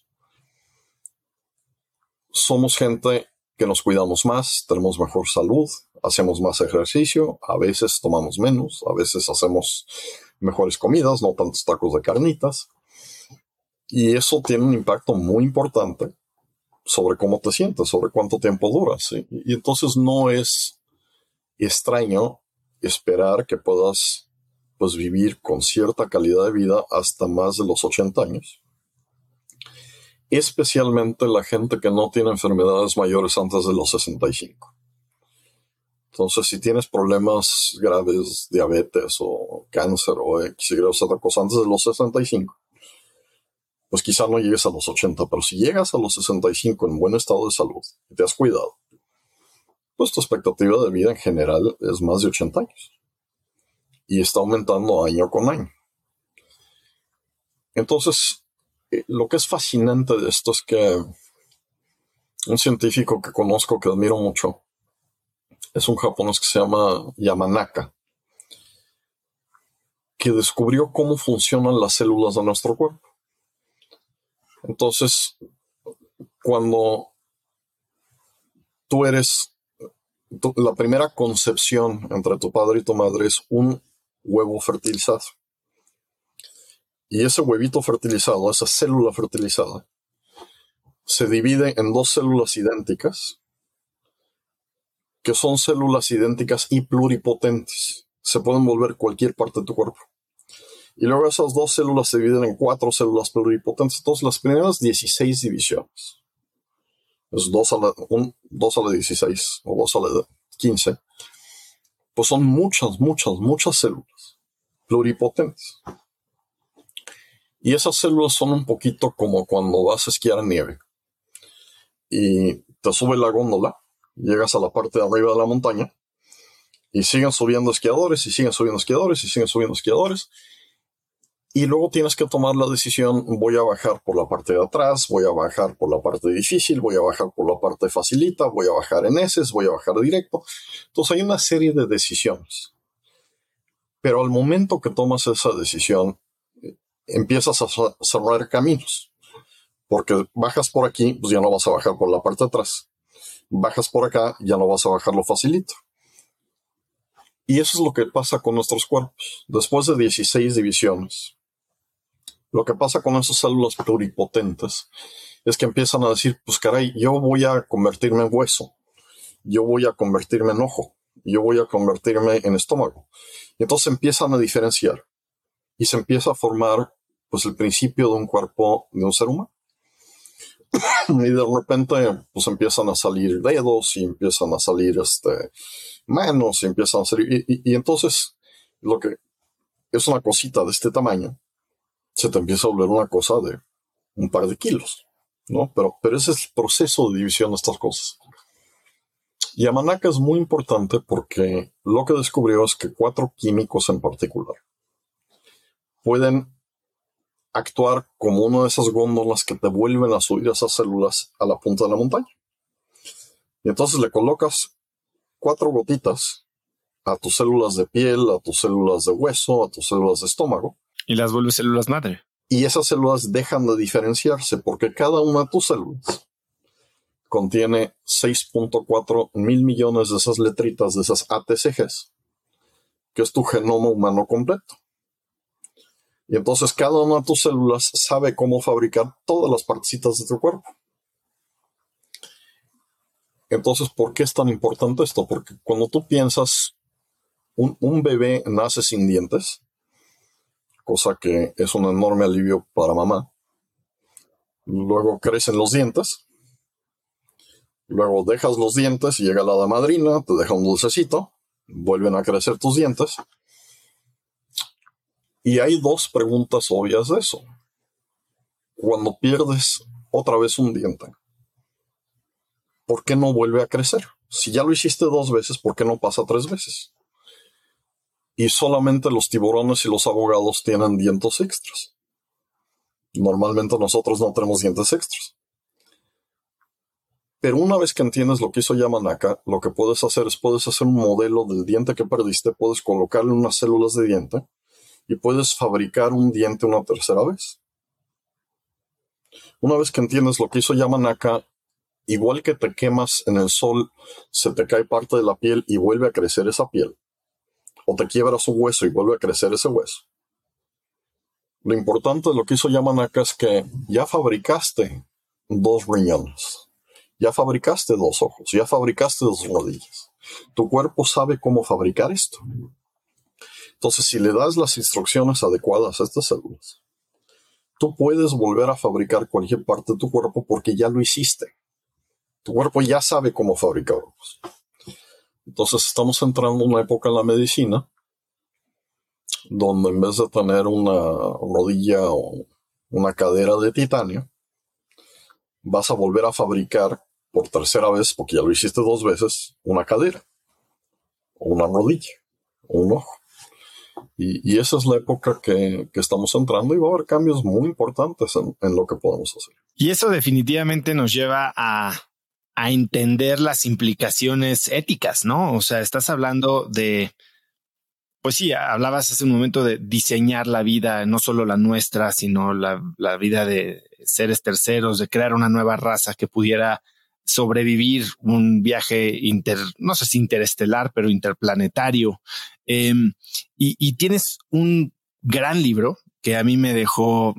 Speaker 2: Somos gente que nos cuidamos más, tenemos mejor salud, hacemos más ejercicio, a veces tomamos menos, a veces hacemos mejores comidas, no tantos tacos de carnitas. Y eso tiene un impacto muy importante sobre cómo te sientes, sobre cuánto tiempo duras, ¿sí? Y entonces no es extraño esperar que puedas pues, vivir con cierta calidad de vida hasta más de los ochenta años. Especialmente la gente que no tiene enfermedades mayores antes de los sesenta y cinco. Entonces, si tienes problemas graves, diabetes o cáncer o X, Y, otra cosa antes de los sesenta y cinco, pues quizá no llegues a los ochenta, pero si llegas a los sesenta y cinco en buen estado de salud y te has cuidado, pues tu expectativa de vida en general es más de ochenta años. Y está aumentando año con año. Entonces, eh, lo que es fascinante de esto es que un científico que conozco, que admiro mucho, es un japonés que se llama Yamanaka, que descubrió cómo funcionan las células de nuestro cuerpo. Entonces, cuando tú eres, tu, la primera concepción entre tu padre y tu madre es un huevo fertilizado. Y ese huevito fertilizado, esa célula fertilizada, se divide en dos células idénticas, que son células idénticas y pluripotentes. Se pueden volver cualquier parte de tu cuerpo. Y luego esas dos células se dividen en cuatro células pluripotentes. Entonces, las primeras dieciséis divisiones, es dos a la, un, dos a la dieciséis o dos a la quince, pues son muchas, muchas, muchas células pluripotentes. Y esas células son un poquito como cuando vas a esquiar en nieve y te sube la góndola, llegas a la parte de arriba de la montaña Y siguen subiendo esquiadores, y siguen subiendo esquiadores, y siguen subiendo esquiadores. Y luego tienes que tomar la decisión, voy a bajar por la parte de atrás, voy a bajar por la parte difícil, voy a bajar por la parte facilita, voy a bajar en eses, voy a bajar directo. Entonces hay una serie de decisiones. Pero al momento que tomas esa decisión, empiezas a cerrar caminos. Porque bajas por aquí, pues ya no vas a bajar por la parte de atrás. Bajas por acá, ya no vas a bajar lo facilito. Y eso es lo que pasa con nuestros cuerpos. Después de dieciséis divisiones, lo que pasa con esas células pluripotentes es que empiezan a decir, pues caray, yo voy a convertirme en hueso, yo voy a convertirme en ojo, yo voy a convertirme en estómago. Y entonces empiezan a diferenciar y se empieza a formar pues el principio de un cuerpo de un ser humano. Y de repente pues empiezan a salir dedos y empiezan a salir este, manos y empiezan a salir... Y, y, y entonces lo que es una cosita de este tamaño se te empieza a volver una cosa de un par de kilos, ¿no? Pero, pero ese es el proceso de división de estas cosas. Yamanaka es muy importante porque lo que descubrió es que cuatro químicos en particular pueden actuar como una de esas góndolas que te vuelven a subir esas células a la punta de la montaña. Y entonces le colocas cuatro gotitas a tus células de piel, a tus células de hueso, a tus células de estómago.
Speaker 3: Y las vuelve células madre.
Speaker 2: Y esas células dejan de diferenciarse porque cada una de tus células contiene seis punto cuatro mil millones de esas letritas, de esas A T C Gs, que es tu genoma humano completo. Y entonces cada una de tus células sabe cómo fabricar todas las partecitas de tu cuerpo. Entonces, ¿por qué es tan importante esto? Porque cuando tú piensas, un, un bebé nace sin dientes, cosa que es un enorme alivio para mamá. Luego crecen los dientes. Luego dejas los dientes y llega la hada madrina, te deja un dulcecito. Vuelven a crecer tus dientes. Y hay dos preguntas obvias de eso. Cuando pierdes otra vez un diente, ¿por qué no vuelve a crecer? Si ya lo hiciste dos veces, ¿por qué no pasa tres veces? Y solamente los tiburones y los abogados tienen dientes extras. Normalmente nosotros no tenemos dientes extras. Pero una vez que entiendes lo que hizo Yamanaka, lo que puedes hacer es puedes hacer un modelo del diente que perdiste, puedes colocarle unas células de diente y puedes fabricar un diente una tercera vez. Una vez que entiendes lo que hizo Yamanaka, igual que te quemas en el sol, se te cae parte de la piel y vuelve a crecer esa piel. O te quiebras un hueso y vuelve a crecer ese hueso. Lo importante de lo que hizo Yamanaka es que ya fabricaste dos riñones, ya fabricaste dos ojos, ya fabricaste dos rodillas. Tu cuerpo sabe cómo fabricar esto. Entonces, si le das las instrucciones adecuadas a estas células, tú puedes volver a fabricar cualquier parte de tu cuerpo porque ya lo hiciste. Tu cuerpo ya sabe cómo fabricarlos. Entonces estamos entrando en una época en la medicina donde en vez de tener una rodilla o una cadera de titanio, vas a volver a fabricar por tercera vez, porque ya lo hiciste dos veces, una cadera, o una rodilla, o un ojo. Y, y esa es la época que, que estamos entrando y va a haber cambios muy importantes en, en lo que podemos hacer.
Speaker 3: Y eso definitivamente nos lleva a... a entender las implicaciones éticas, ¿no? O sea, estás hablando de, pues sí, hablabas hace un momento de diseñar la vida, no solo la nuestra, sino la, la vida de seres terceros, de crear una nueva raza que pudiera sobrevivir un viaje inter, no sé si interestelar, pero interplanetario. Eh, y, y tienes un gran libro que a mí me dejó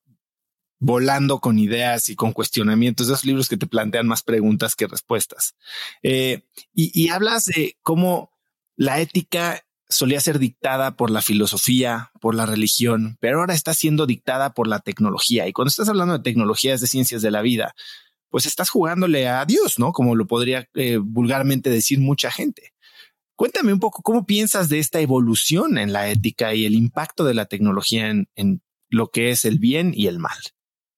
Speaker 3: volando con ideas y con cuestionamientos, de esos libros que te plantean más preguntas que respuestas. Eh, y, y hablas de cómo la ética solía ser dictada por la filosofía, por la religión, pero ahora está siendo dictada por la tecnología. Y cuando estás hablando de tecnologías de ciencias de la vida, pues estás jugándole a Dios, ¿no? Como lo podría eh, vulgarmente decir mucha gente. Cuéntame un poco cómo piensas de esta evolución en la ética y el impacto de la tecnología en, en lo que es el bien y el mal.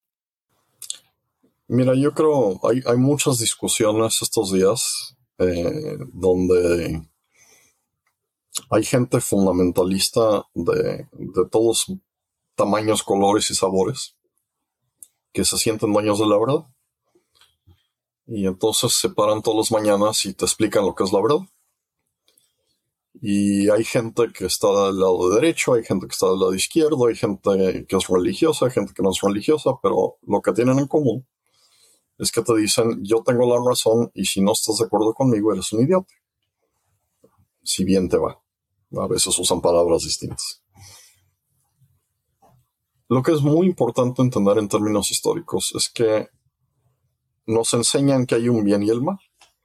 Speaker 2: Mira, yo creo hay, hay muchas discusiones estos días eh, donde Hay gente fundamentalista de, de todos tamaños, colores y sabores que se sienten dueños de la verdad. Y entonces se paran todas las mañanas y te explican lo que es la verdad. Y hay gente que está del lado derecho, hay gente que está del lado izquierdo, hay gente que es religiosa, hay gente que no es religiosa, pero lo que tienen en común es que te dicen, yo tengo la razón y si no estás de acuerdo conmigo, eres un idiota. Si bien te va. A veces usan palabras distintas. Lo que es muy importante entender en términos históricos es que nos enseñan que hay un bien y el mal.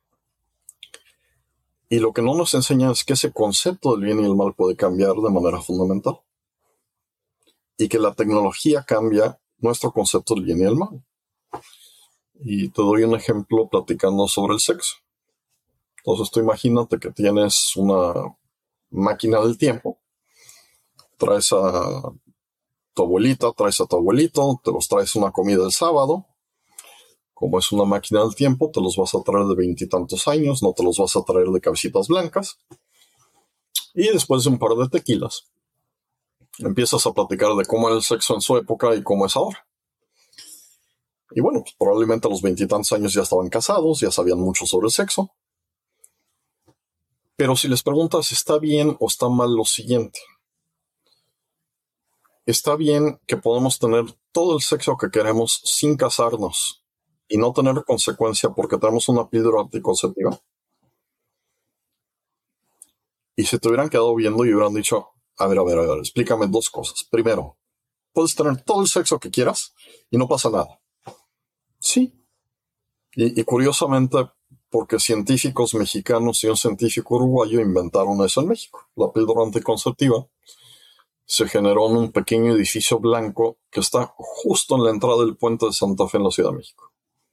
Speaker 2: Y lo que no nos enseñan es que ese concepto del bien y el mal puede cambiar de manera fundamental. Y que la tecnología cambia nuestro concepto del bien y el mal. Y te doy un ejemplo platicando sobre el sexo. Entonces tú imagínate que tienes una máquina del tiempo, traes a tu abuelita, traes a tu abuelito, te los traes una comida el sábado. Como es una máquina del tiempo, te los vas a traer de veintitantos años, no te los vas a traer de cabecitas blancas. Y después de un par de tequilas, empiezas a platicar de cómo era el sexo en su época y cómo es ahora. Y bueno, pues probablemente a los veintitantos años ya estaban casados, ya sabían mucho sobre el sexo. Pero si les preguntas, ¿está bien o está mal lo siguiente? ¿Está bien que podamos tener todo el sexo que queremos sin casarnos y no tener consecuencia porque tenemos una píldora anticonceptiva? Y si te hubieran quedado viendo y hubieran dicho, a ver, a ver, a ver, explícame dos cosas. Primero, puedes tener todo el sexo que quieras y no pasa nada. Sí. Y, y curiosamente, porque científicos mexicanos y un científico uruguayo inventaron eso en México. La píldora anticonceptiva se generó en un pequeño edificio blanco que está justo en la entrada del puente de Santa Fe en la Ciudad de México.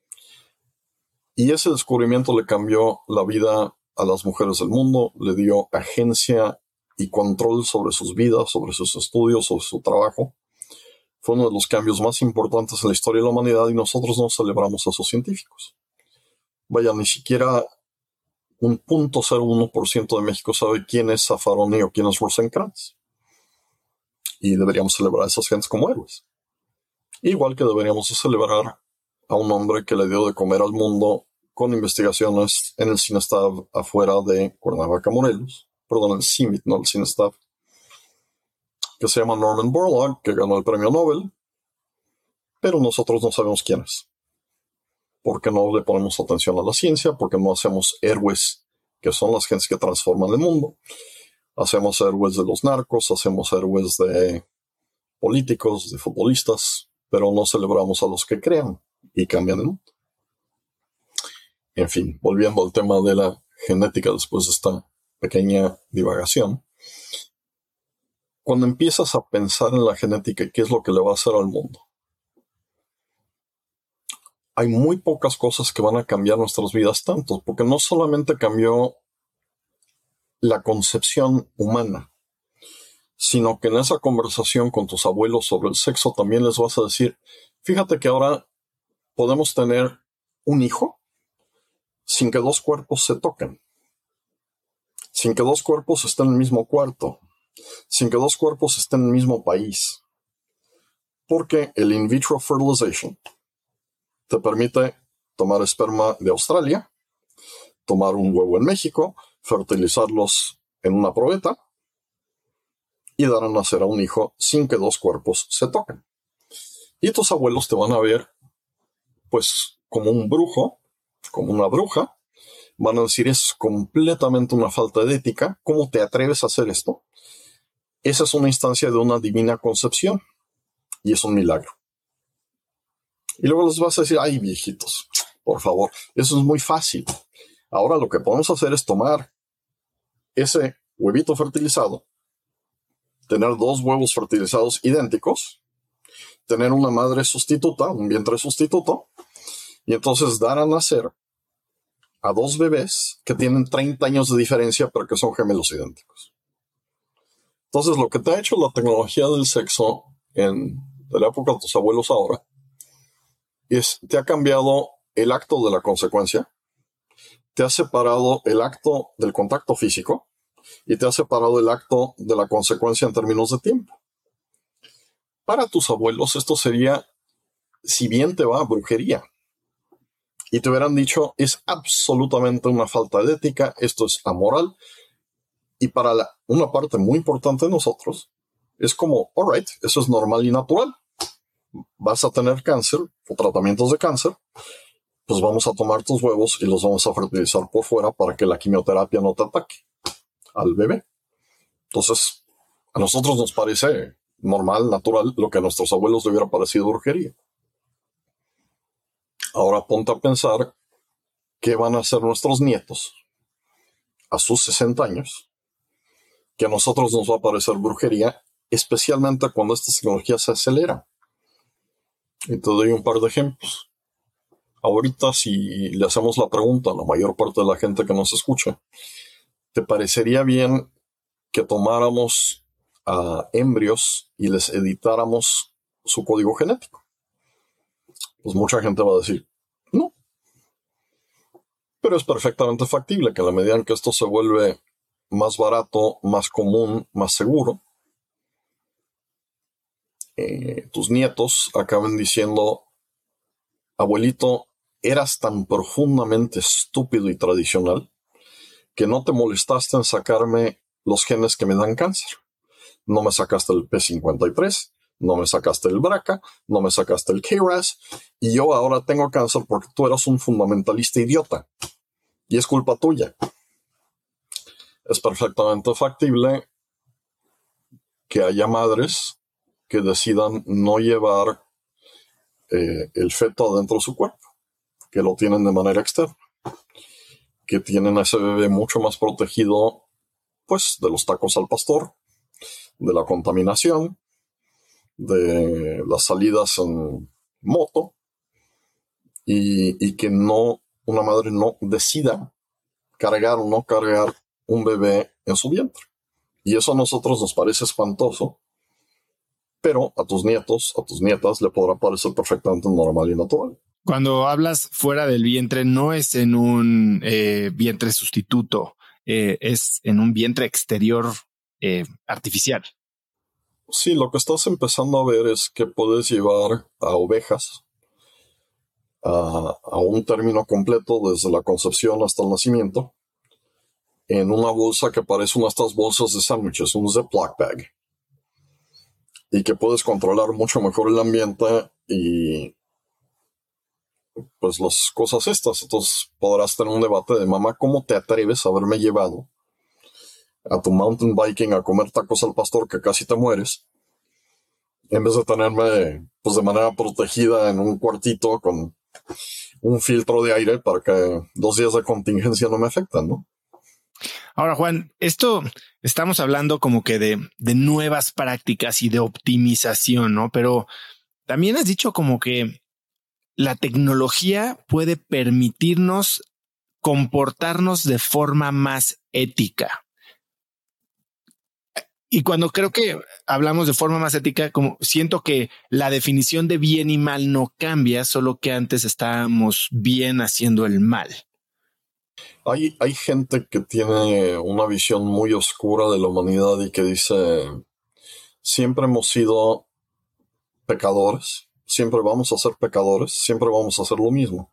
Speaker 2: Y ese descubrimiento le cambió la vida a las mujeres del mundo, le dio agencia y control sobre sus vidas, sobre sus estudios, sobre su trabajo. Fue uno de los cambios más importantes en la historia de la humanidad y nosotros no celebramos a esos científicos. Vaya, ni siquiera un cero punto cero uno por ciento de México sabe quién es Zaffaroni o quién es Rosenkrantz. Y deberíamos celebrar a esas gentes como héroes. Igual que deberíamos celebrar a un hombre que le dio de comer al mundo con investigaciones en el CINESTAB afuera de Cuernavaca, Morelos. Perdón, el C I M I T, no el CINESTAB. Que se llama Norman Borlaug, que ganó el premio Nobel. Pero nosotros no sabemos quién es. Porque no le ponemos atención a la ciencia, porque no hacemos héroes, que son las gentes que transforman el mundo. Hacemos héroes de los narcos, hacemos héroes de políticos, de futbolistas, pero no celebramos a los que crean y cambian el mundo. En fin, volviendo al tema de la genética después de esta pequeña divagación. Cuando empiezas a pensar en la genética y qué es lo que le va a hacer al mundo, hay muy pocas cosas que van a cambiar nuestras vidas tanto, porque no solamente cambió la concepción humana, sino que en esa conversación con tus abuelos sobre el sexo también les vas a decir, fíjate que ahora podemos tener un hijo sin que dos cuerpos se toquen, sin que dos cuerpos estén en el mismo cuarto, sin que dos cuerpos estén en el mismo país, porque el in vitro fertilization te permite tomar esperma de Australia, tomar un huevo en México, fertilizarlos en una probeta y dar a nacer a un hijo sin que dos cuerpos se toquen. Y tus abuelos te van a ver, pues, como un brujo, como una bruja. Van a decir, es completamente una falta de ética. ¿Cómo te atreves a hacer esto? Esa es una instancia de una divina concepción y es un milagro. Y luego les vas a decir, ay, viejitos, por favor, eso es muy fácil. Ahora lo que podemos hacer es tomar ese huevito fertilizado, tener dos huevos fertilizados idénticos, tener una madre sustituta, un vientre sustituto, y entonces dar a nacer a dos bebés que tienen treinta años de diferencia, pero que son gemelos idénticos. Entonces, lo que te ha hecho la tecnología del sexo en de la época de tus abuelos ahora es, te ha cambiado el acto de la consecuencia, te ha separado el acto del contacto físico, y te has separado el acto de la consecuencia en términos de tiempo. Para tus abuelos esto sería, si bien te va, brujería. Y te hubieran dicho, es absolutamente una falta de ética, esto es amoral. Y para la, una parte muy importante de nosotros, es como, all right, eso es normal y natural. Vas a tener cáncer o tratamientos de cáncer, pues vamos a tomar tus huevos y los vamos a fertilizar por fuera para que la quimioterapia no te ataque al bebé. Entonces, a nosotros nos parece normal, natural, lo que a nuestros abuelos le hubiera parecido brujería. Ahora ponte a pensar qué van a hacer nuestros nietos a sus sesenta años, que a nosotros nos va a parecer brujería, especialmente cuando esta tecnología se acelera. Y te doy un par de ejemplos. Ahorita, si le hacemos la pregunta a la mayor parte de la gente que nos escucha, ¿te parecería bien que tomáramos a embrios y les editáramos su código genético? Pues mucha gente va a decir, no. Pero es perfectamente factible que a la medida en que esto se vuelve más barato, más común, más seguro, eh, tus nietos acaben diciendo, abuelito, eras tan profundamente estúpido y tradicional que no te molestaste en sacarme los genes que me dan cáncer. No me sacaste el P cincuenta y tres, no me sacaste el B R C A, no me sacaste el K R A S, y yo ahora tengo cáncer porque tú eras un fundamentalista idiota. Y es culpa tuya. Es perfectamente factible que haya madres que decidan no llevar eh, el feto adentro de su cuerpo, que lo tienen de manera externa, que tienen a ese bebé mucho más protegido, pues, de los tacos al pastor, de la contaminación, de las salidas en moto, y, y que no, una madre no decida cargar o no cargar un bebé en su vientre. Y eso a nosotros nos parece espantoso, pero a tus nietos, a tus nietas, le podrá parecer perfectamente normal y natural.
Speaker 3: Cuando hablas fuera del vientre, no es en un eh, vientre sustituto, eh, es en un vientre exterior eh, artificial.
Speaker 2: Sí, lo que estás empezando a ver es que puedes llevar a ovejas a, a un término completo desde la concepción hasta el nacimiento en una bolsa que parece una de estas bolsas de sándwiches, un Ziploc bag, y que puedes controlar mucho mejor el ambiente y pues las cosas estas. Entonces podrás tener un debate de, mamá, ¿cómo te atreves a haberme llevado a tu mountain biking a comer tacos al pastor que casi te mueres, en vez de tenerme pues de manera protegida en un cuartito con un filtro de aire para que dos días de contingencia no me afectan, ¿no?
Speaker 3: Ahora, Juan, esto estamos hablando como que de, de nuevas prácticas y de optimización, ¿no? Pero también has dicho como que la tecnología puede permitirnos comportarnos de forma más ética. Y cuando creo que hablamos de forma más ética, como siento que la definición de bien y mal no cambia, solo que antes estábamos bien haciendo el mal.
Speaker 2: Hay, hay gente que tiene una visión muy oscura de la humanidad y que dice, siempre hemos sido pecadores, siempre vamos a ser pecadores, siempre vamos a hacer lo mismo.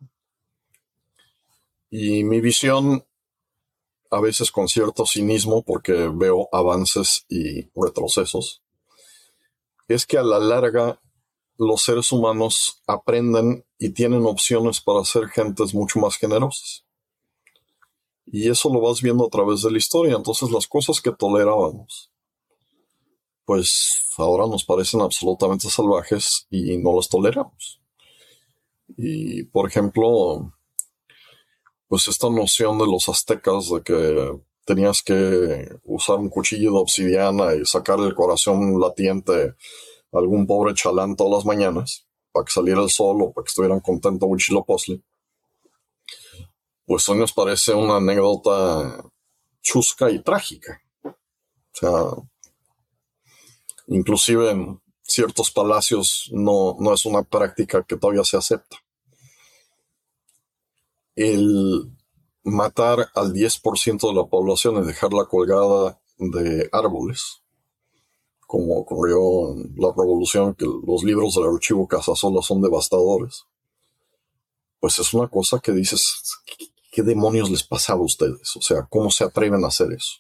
Speaker 2: Y mi visión, a veces con cierto cinismo, porque veo avances y retrocesos, es que a la larga los seres humanos aprenden y tienen opciones para ser gentes mucho más generosas. Y eso lo vas viendo a través de la historia. Entonces las cosas que tolerábamos, pues ahora nos parecen absolutamente salvajes y no las toleramos. Y por ejemplo, pues esta noción de los aztecas de que tenías que usar un cuchillo de obsidiana y sacar el corazón latiente a algún pobre chalán todas las mañanas para que saliera el sol o para que estuvieran contentos Huitzilopochtli, pues hoy nos parece una anécdota chusca y trágica. O sea, inclusive en ciertos palacios no, no es una práctica que todavía se acepta. El, matar al diez por ciento de la población y dejarla colgada de árboles, como ocurrió en la revolución, que los libros del archivo Casasola son devastadores, pues es una cosa que dices, ¿qué demonios les pasaba a ustedes? O sea, ¿cómo se atreven a hacer eso?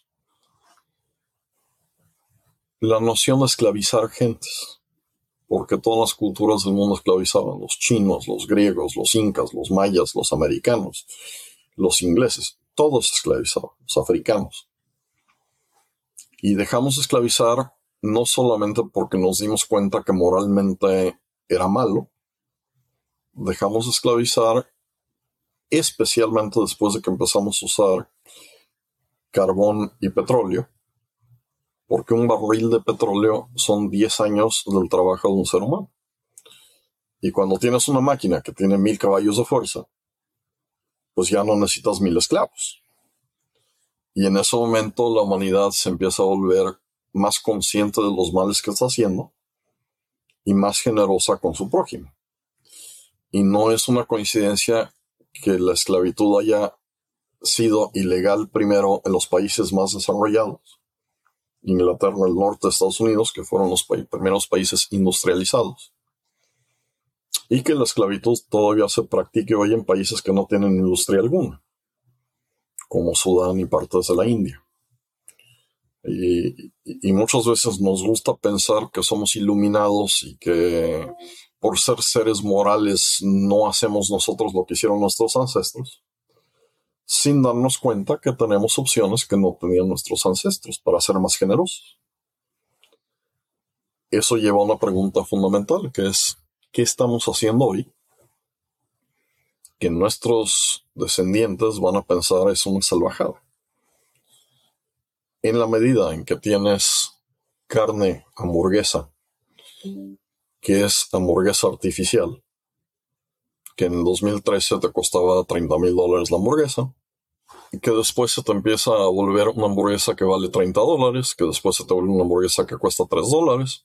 Speaker 2: La noción de esclavizar gentes, porque todas las culturas del mundo esclavizaban, los chinos, los griegos, los incas, los mayas, los americanos, los ingleses, todos esclavizaban, los africanos. Y dejamos de esclavizar no solamente porque nos dimos cuenta que moralmente era malo, dejamos de esclavizar especialmente después de que empezamos a usar carbón y petróleo, porque un barril de petróleo son diez años del trabajo de un ser humano. Y cuando tienes una máquina que tiene mil caballos de fuerza, pues ya no necesitas mil esclavos. Y en ese momento la humanidad se empieza a volver más consciente de los males que está haciendo y más generosa con su prójimo. Y no es una coincidencia que la esclavitud haya sido ilegal primero en los países más desarrollados, Inglaterra, el norte de Estados Unidos, que fueron los pa- primeros países industrializados, y que la esclavitud todavía se practique hoy en países que no tienen industria alguna, como Sudán y partes de la India. Y, y, y muchas veces nos gusta pensar que somos iluminados y que por ser seres morales no hacemos nosotros lo que hicieron nuestros ancestros, sin darnos cuenta que tenemos opciones que no tenían nuestros ancestros para ser más generosos. Eso lleva a una pregunta fundamental, que es, ¿qué estamos haciendo hoy que nuestros descendientes van a pensar es una salvajada? En la medida en que tienes carne hamburguesa, que es hamburguesa artificial, que en el dos mil trece te costaba treinta mil dólares la hamburguesa, y que después se te empieza a volver una hamburguesa que vale treinta dólares, que después se te vuelve una hamburguesa que cuesta tres dólares,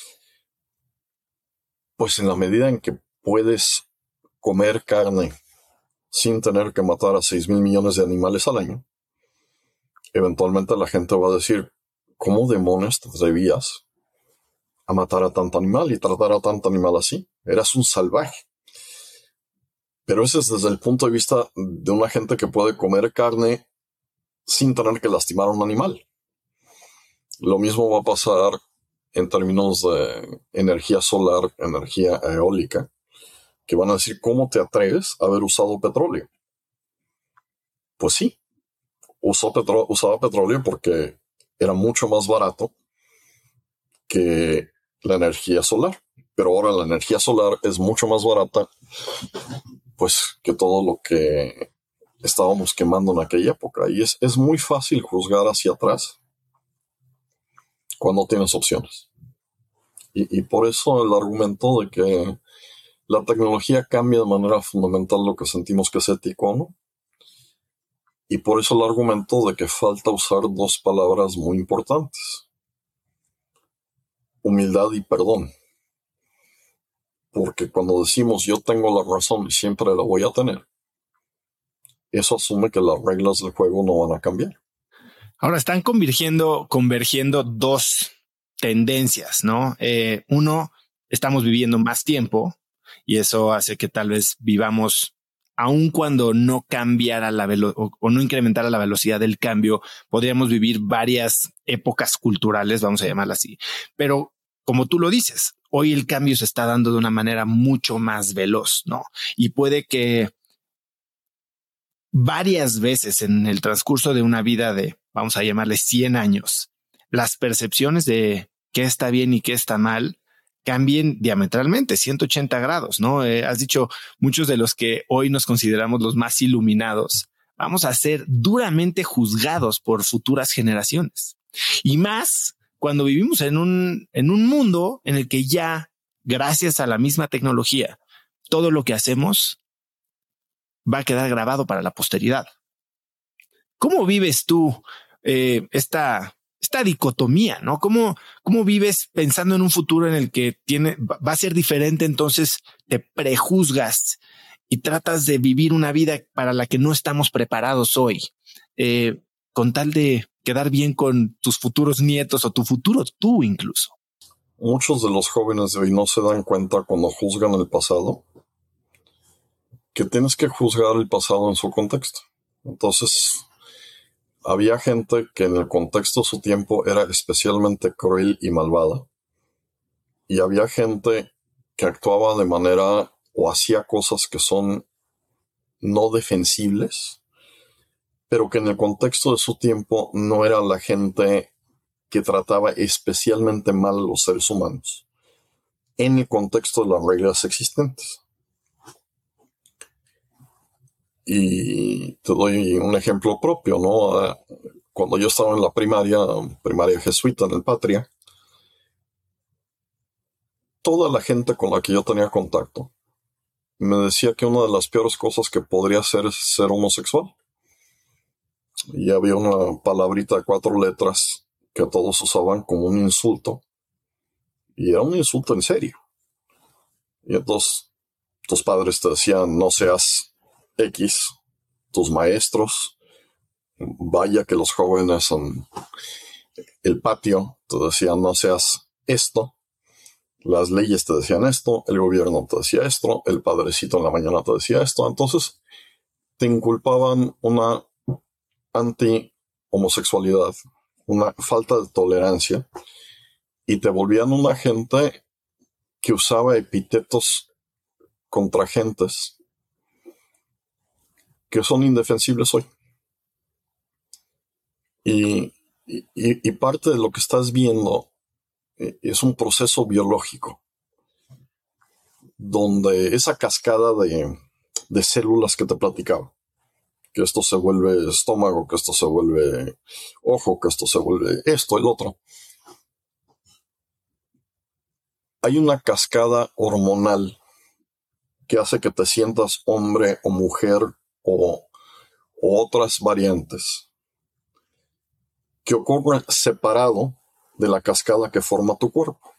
Speaker 2: pues en la medida en que puedes comer carne sin tener que matar a seis mil millones de animales al año, eventualmente la gente va a decir, ¿cómo demonios te atrevías a matar a tanto animal y tratar a tanto animal así? Eras un salvaje. Pero ese es desde el punto de vista de una gente que puede comer carne sin tener que lastimar a un animal. Lo mismo va a pasar en términos de energía solar, energía eólica, que van a decir, ¿cómo te atreves a haber usado petróleo? Pues sí, usó petro- usaba petróleo porque era mucho más barato que la energía solar. Pero ahora la energía solar es mucho más barata pues que todo lo que estábamos quemando en aquella época. Y es, es muy fácil juzgar hacia atrás cuando tienes opciones. Y, y por eso el argumento de que la tecnología cambia de manera fundamental lo que sentimos que es ético, ¿no? Y por eso el argumento de que falta usar dos palabras muy importantes: humildad y perdón. Porque cuando decimos yo tengo la razón y siempre la voy a tener, eso asume que las reglas del juego no van a cambiar.
Speaker 3: Ahora están convergiendo, convergiendo dos tendencias, ¿no? Eh, uno, estamos viviendo más tiempo y eso hace que tal vez vivamos, aun cuando no cambiara la velo- o, o no incrementara la velocidad del cambio, podríamos vivir varias épocas culturales, vamos a llamarla así. Pero como tú lo dices, hoy el cambio se está dando de una manera mucho más veloz, ¿no? Y puede que varias veces en el transcurso de una vida de, vamos a llamarle cien años, las percepciones de qué está bien y qué está mal cambien diametralmente, ciento ochenta grados, ¿no? Eh, has dicho, muchos de los que hoy nos consideramos los más iluminados, vamos a ser duramente juzgados por futuras generaciones. Y más cuando vivimos en un, en un mundo en el que ya, gracias a la misma tecnología, todo lo que hacemos va a quedar grabado para la posteridad. ¿Cómo vives tú eh, esta, esta dicotomía, ¿no? ¿Cómo, ¿Cómo vives pensando en un futuro en el que tiene, va a ser diferente, entonces te prejuzgas y tratas de vivir una vida para la que no estamos preparados hoy, eh, con tal de quedar bien con tus futuros nietos o tu futuro tú incluso.
Speaker 2: Muchos de los jóvenes de hoy no se dan cuenta cuando juzgan el pasado que tienes que juzgar el pasado en su contexto. Entonces, había gente que en el contexto de su tiempo era especialmente cruel y malvada. Y había gente que actuaba de manera o hacía cosas que son no defensibles, pero que en el contexto de su tiempo no era la gente que trataba especialmente mal a los seres humanos, en el contexto de las reglas existentes. Y te doy un ejemplo propio, ¿no? Cuando yo estaba en la primaria, primaria jesuita en el Patria, toda la gente con la que yo tenía contacto me decía que una de las peores cosas que podría hacer es ser homosexual. Y había una palabrita de cuatro letras que todos usaban como un insulto. Y era un insulto en serio. Y entonces tus padres te decían, no seas X, tus maestros, vaya que los jóvenes en el patio te decían no seas esto, las leyes te decían esto, el gobierno te decía esto, el padrecito en la mañana te decía esto, entonces te inculpaban una anti-homosexualidad, una falta de tolerancia, y te volvían una gente que usaba epítetos contra gentes que son indefensibles hoy. Y, y, y parte de lo que estás viendo es un proceso biológico, donde esa cascada de, de células que te platicaba, que esto se vuelve estómago, que esto se vuelve ojo, que esto se vuelve esto, el otro. Hay una cascada hormonal que hace que te sientas hombre o mujer o, o otras variantes que ocurren separado de la cascada que forma tu cuerpo.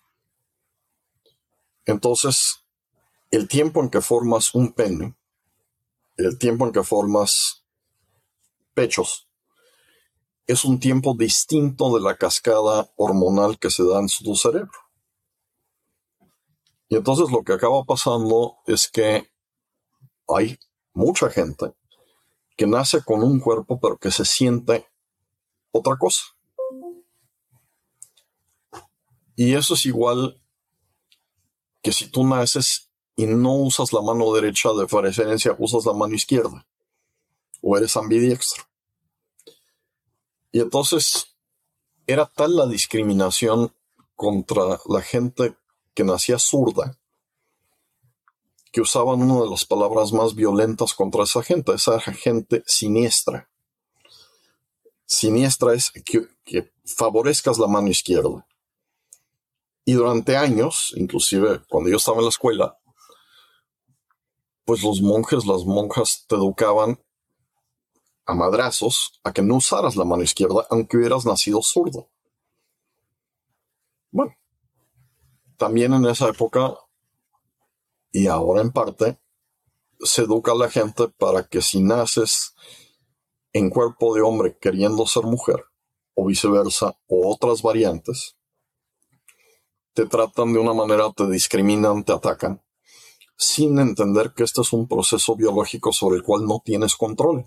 Speaker 2: Entonces, el tiempo en que formas un pene, el tiempo en que formas pechos, es un tiempo distinto de la cascada hormonal que se da en tu cerebro. Y entonces lo que acaba pasando es que hay mucha gente que nace con un cuerpo pero que se siente otra cosa. Y eso es igual que si tú naces y no usas la mano derecha, de preferencia usas la mano izquierda, o eres ambidiestro. Y entonces era tal la discriminación contra la gente que nacía zurda, que usaban una de las palabras más violentas contra esa gente, esa gente siniestra. Siniestra es que, que favorezcas la mano izquierda. Y durante años, inclusive cuando yo estaba en la escuela, pues los monjes, las monjas te educaban a madrazos a que no usaras la mano izquierda aunque hubieras nacido zurdo. Bueno, también en esa época, y ahora en parte, se educa a la gente para que si naces en cuerpo de hombre queriendo ser mujer, o viceversa, o otras variantes, te tratan de una manera, te discriminan, te atacan, sin entender que este es un proceso biológico sobre el cual no tienes control.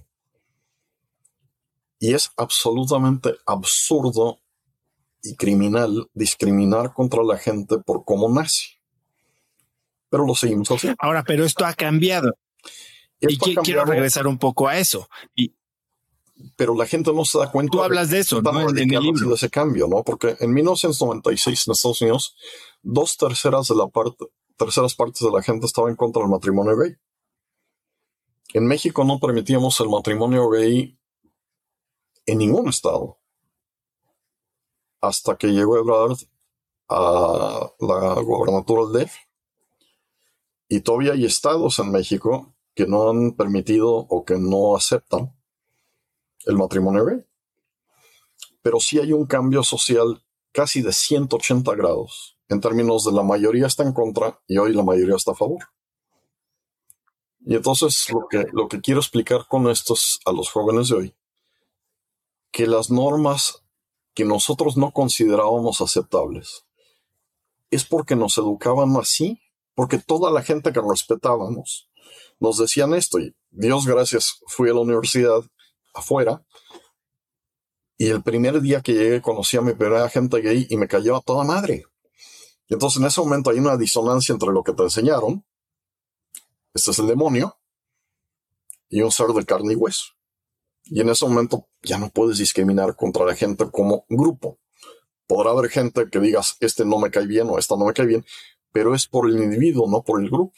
Speaker 2: Y es absolutamente absurdo y criminal discriminar contra la gente por cómo nace. Pero lo seguimos haciendo.
Speaker 3: Ahora, pero esto ha cambiado. Esto y que, quiero regresar un poco a eso. Y
Speaker 2: pero la gente no se da cuenta.
Speaker 3: Tú hablas de eso, ¿no? En, en el libro.
Speaker 2: De ese cambio, ¿no? Porque en mil novecientos noventa y seis en Estados Unidos, dos terceras de la parte, terceras partes de la gente estaba en contra del matrimonio gay. En México no permitíamos el matrimonio gay en ningún estado. Hasta que llegó Ebrard a la gobernatura del D F. Y todavía hay estados en México que no han permitido o que no aceptan el matrimonio gay. Pero sí hay un cambio social casi de ciento ochenta grados, en términos de la mayoría está en contra y hoy la mayoría está a favor. Y entonces lo que, lo que quiero explicar con esto es a los jóvenes de hoy, que las normas que nosotros no considerábamos aceptables es porque nos educaban así, porque toda la gente que respetábamos nos decían esto. Y Dios gracias, fui a la universidad afuera y el primer día que llegué conocí a mi primera gente gay y me cayó a toda madre. Y entonces en ese momento hay una disonancia entre lo que te enseñaron, este es el demonio, y un ser de carne y hueso. Y en ese momento ya no puedes discriminar contra la gente como grupo. Podrá haber gente que digas, este no me cae bien o esta no me cae bien, pero es por el individuo, no por el grupo.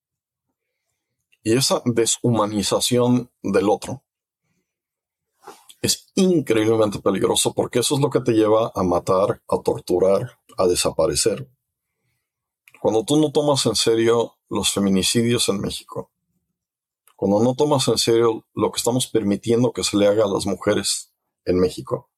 Speaker 2: Y esa deshumanización del otro es increíblemente peligroso porque eso es lo que te lleva a matar, a torturar, a desaparecer. Cuando tú no tomas en serio los feminicidios en México, cuando no tomas en serio lo que estamos permitiendo que se le haga a las mujeres en México,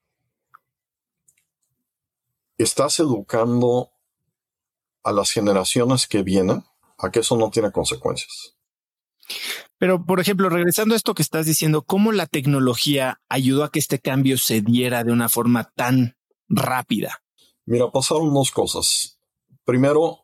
Speaker 2: estás educando a las generaciones que vienen a que eso no tiene consecuencias.
Speaker 3: Pero, por ejemplo, regresando a esto que estás diciendo, ¿cómo la tecnología ayudó a que este cambio se diera de una forma tan rápida?
Speaker 2: Mira, pasaron dos cosas. Primero,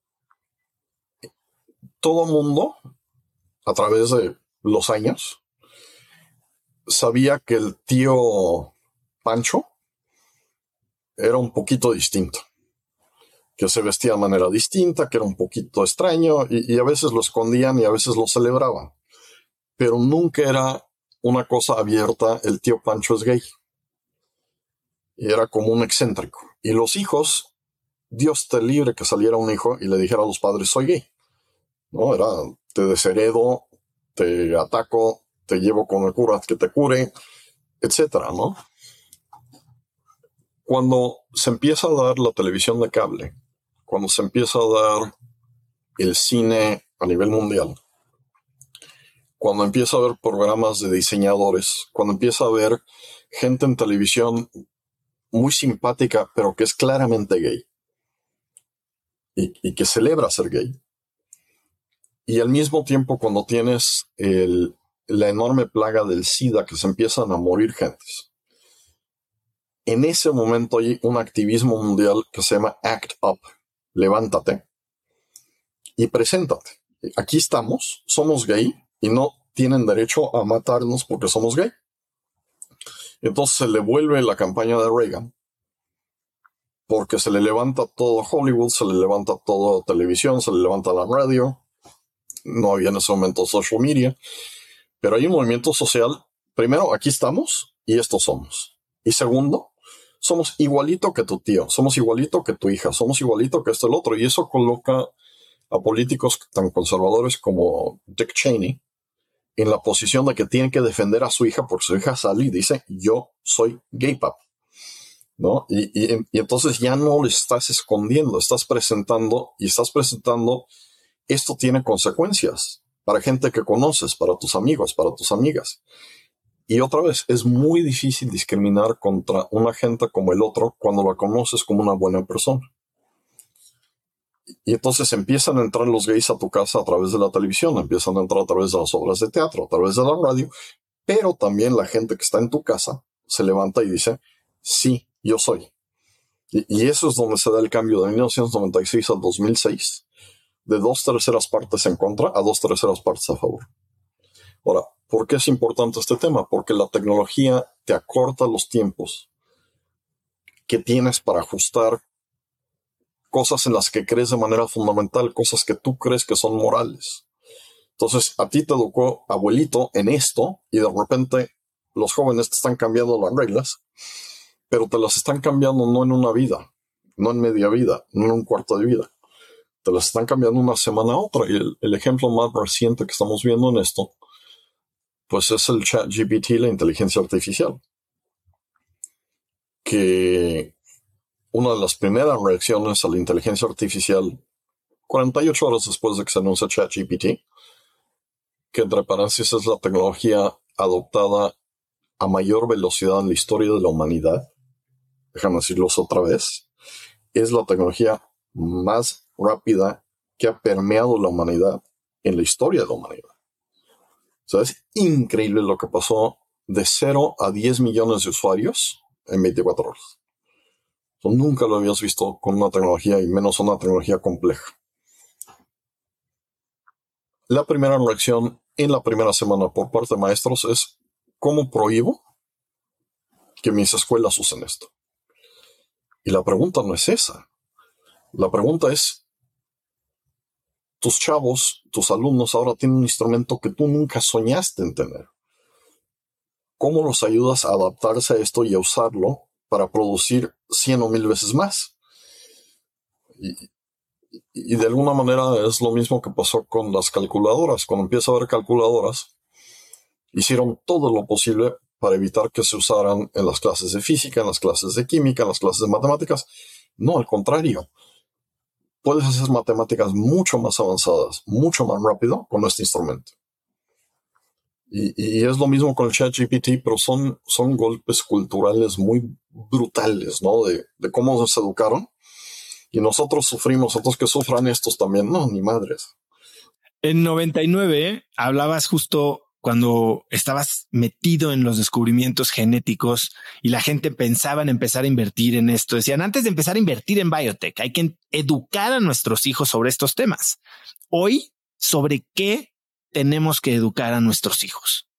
Speaker 2: todo mundo, a través de los años, sabía que el tío Pancho era un poquito distinto, que se vestía de manera distinta, que era un poquito extraño, y, y a veces lo escondían y a veces lo celebraban. Pero nunca era una cosa abierta, el tío Pancho es gay. Y era como un excéntrico. Y los hijos, Dios te libre que saliera un hijo y le dijera a los padres, soy gay. No, era, te desheredo, te ataco, te llevo con el cura que te cure, etcétera, ¿no? Cuando se empieza a dar la televisión de cable, cuando se empieza a dar el cine a nivel mundial, cuando empieza a haber programas de diseñadores, cuando empieza a haber gente en televisión muy simpática, pero que es claramente gay y, y que celebra ser gay, y al mismo tiempo cuando tienes el, la enorme plaga del SIDA que se empiezan a morir gentes, en ese momento hay un activismo mundial que se llama Act Up, levántate y preséntate. Aquí estamos, somos gay y no tienen derecho a matarnos porque somos gay. Entonces se le vuelve la campaña de Reagan porque se le levanta todo Hollywood, se le levanta todo televisión, se le levanta la radio. No había en ese momento social media, pero hay un movimiento social. Primero, aquí estamos y estos somos. Y segundo, somos igualito que tu tío, somos igualito que tu hija, somos igualito que esto el otro. Y eso coloca a políticos tan conservadores como Dick Cheney en la posición de que tienen que defender a su hija porque su hija sale y dice, yo soy gay pap, ¿no? Y, y, y entonces ya no le estás escondiendo, estás presentando y estás presentando, esto tiene consecuencias para gente que conoces, para tus amigos, para tus amigas. Y otra vez, es muy difícil discriminar contra una gente como el otro cuando la conoces como una buena persona. Y entonces empiezan a entrar los gays a tu casa a través de la televisión, empiezan a entrar a través de las obras de teatro, a través de la radio, pero también la gente que está en tu casa se levanta y dice, sí, yo soy. Y, y eso es donde se da el cambio de mil novecientos noventa y seis al dos mil seis, de dos terceras partes en contra a dos terceras partes a favor. Ahora, ¿por qué es importante este tema? Porque la tecnología te acorta los tiempos que tienes para ajustar cosas en las que crees de manera fundamental, cosas que tú crees que son morales. Entonces, a ti te educó abuelito en esto y de repente los jóvenes te están cambiando las reglas, pero te las están cambiando no en una vida, no en media vida, no en un cuarto de vida. Te las están cambiando una semana a otra. Y el, el ejemplo más reciente que estamos viendo en esto, pues es el ChatGPT, la inteligencia artificial. Que una de las primeras reacciones a la inteligencia artificial, cuarenta y ocho horas después de que se anuncia ChatGPT, que entre paréntesis es la tecnología adoptada a mayor velocidad en la historia de la humanidad, déjame decirlo otra vez, es la tecnología más rápida que ha permeado la humanidad en la historia de la humanidad. O sea, es increíble lo que pasó de cero a diez millones de usuarios en veinticuatro horas. O sea, nunca lo habías visto con una tecnología, y menos una tecnología compleja. La primera reacción en la primera semana por parte de maestros es: ¿cómo prohíbo que mis escuelas usen esto? Y la pregunta no es esa. La pregunta es: tus chavos, tus alumnos ahora tienen un instrumento que tú nunca soñaste en tener. ¿Cómo los ayudas a adaptarse a esto y a usarlo para producir cien o mil veces más? Y, y de alguna manera es lo mismo que pasó con las calculadoras. Cuando empieza a haber calculadoras, hicieron todo lo posible para evitar que se usaran en las clases de física, en las clases de química, en las clases de matemáticas. No, al contrario. Puedes hacer matemáticas mucho más avanzadas, mucho más rápido con este instrumento. Y, y es lo mismo con el ChatGPT, pero son, son golpes culturales muy brutales, ¿no? De, de cómo nos educaron. Y nosotros sufrimos, otros que sufran estos también. No, ni madres.
Speaker 3: En noventa y nueve hablabas justo cuando estabas metido en los descubrimientos genéticos y la gente pensaba en empezar a invertir en esto. Decían, antes de empezar a invertir en biotech, hay que educar a nuestros hijos sobre estos temas. Hoy, ¿sobre qué tenemos que educar a nuestros hijos?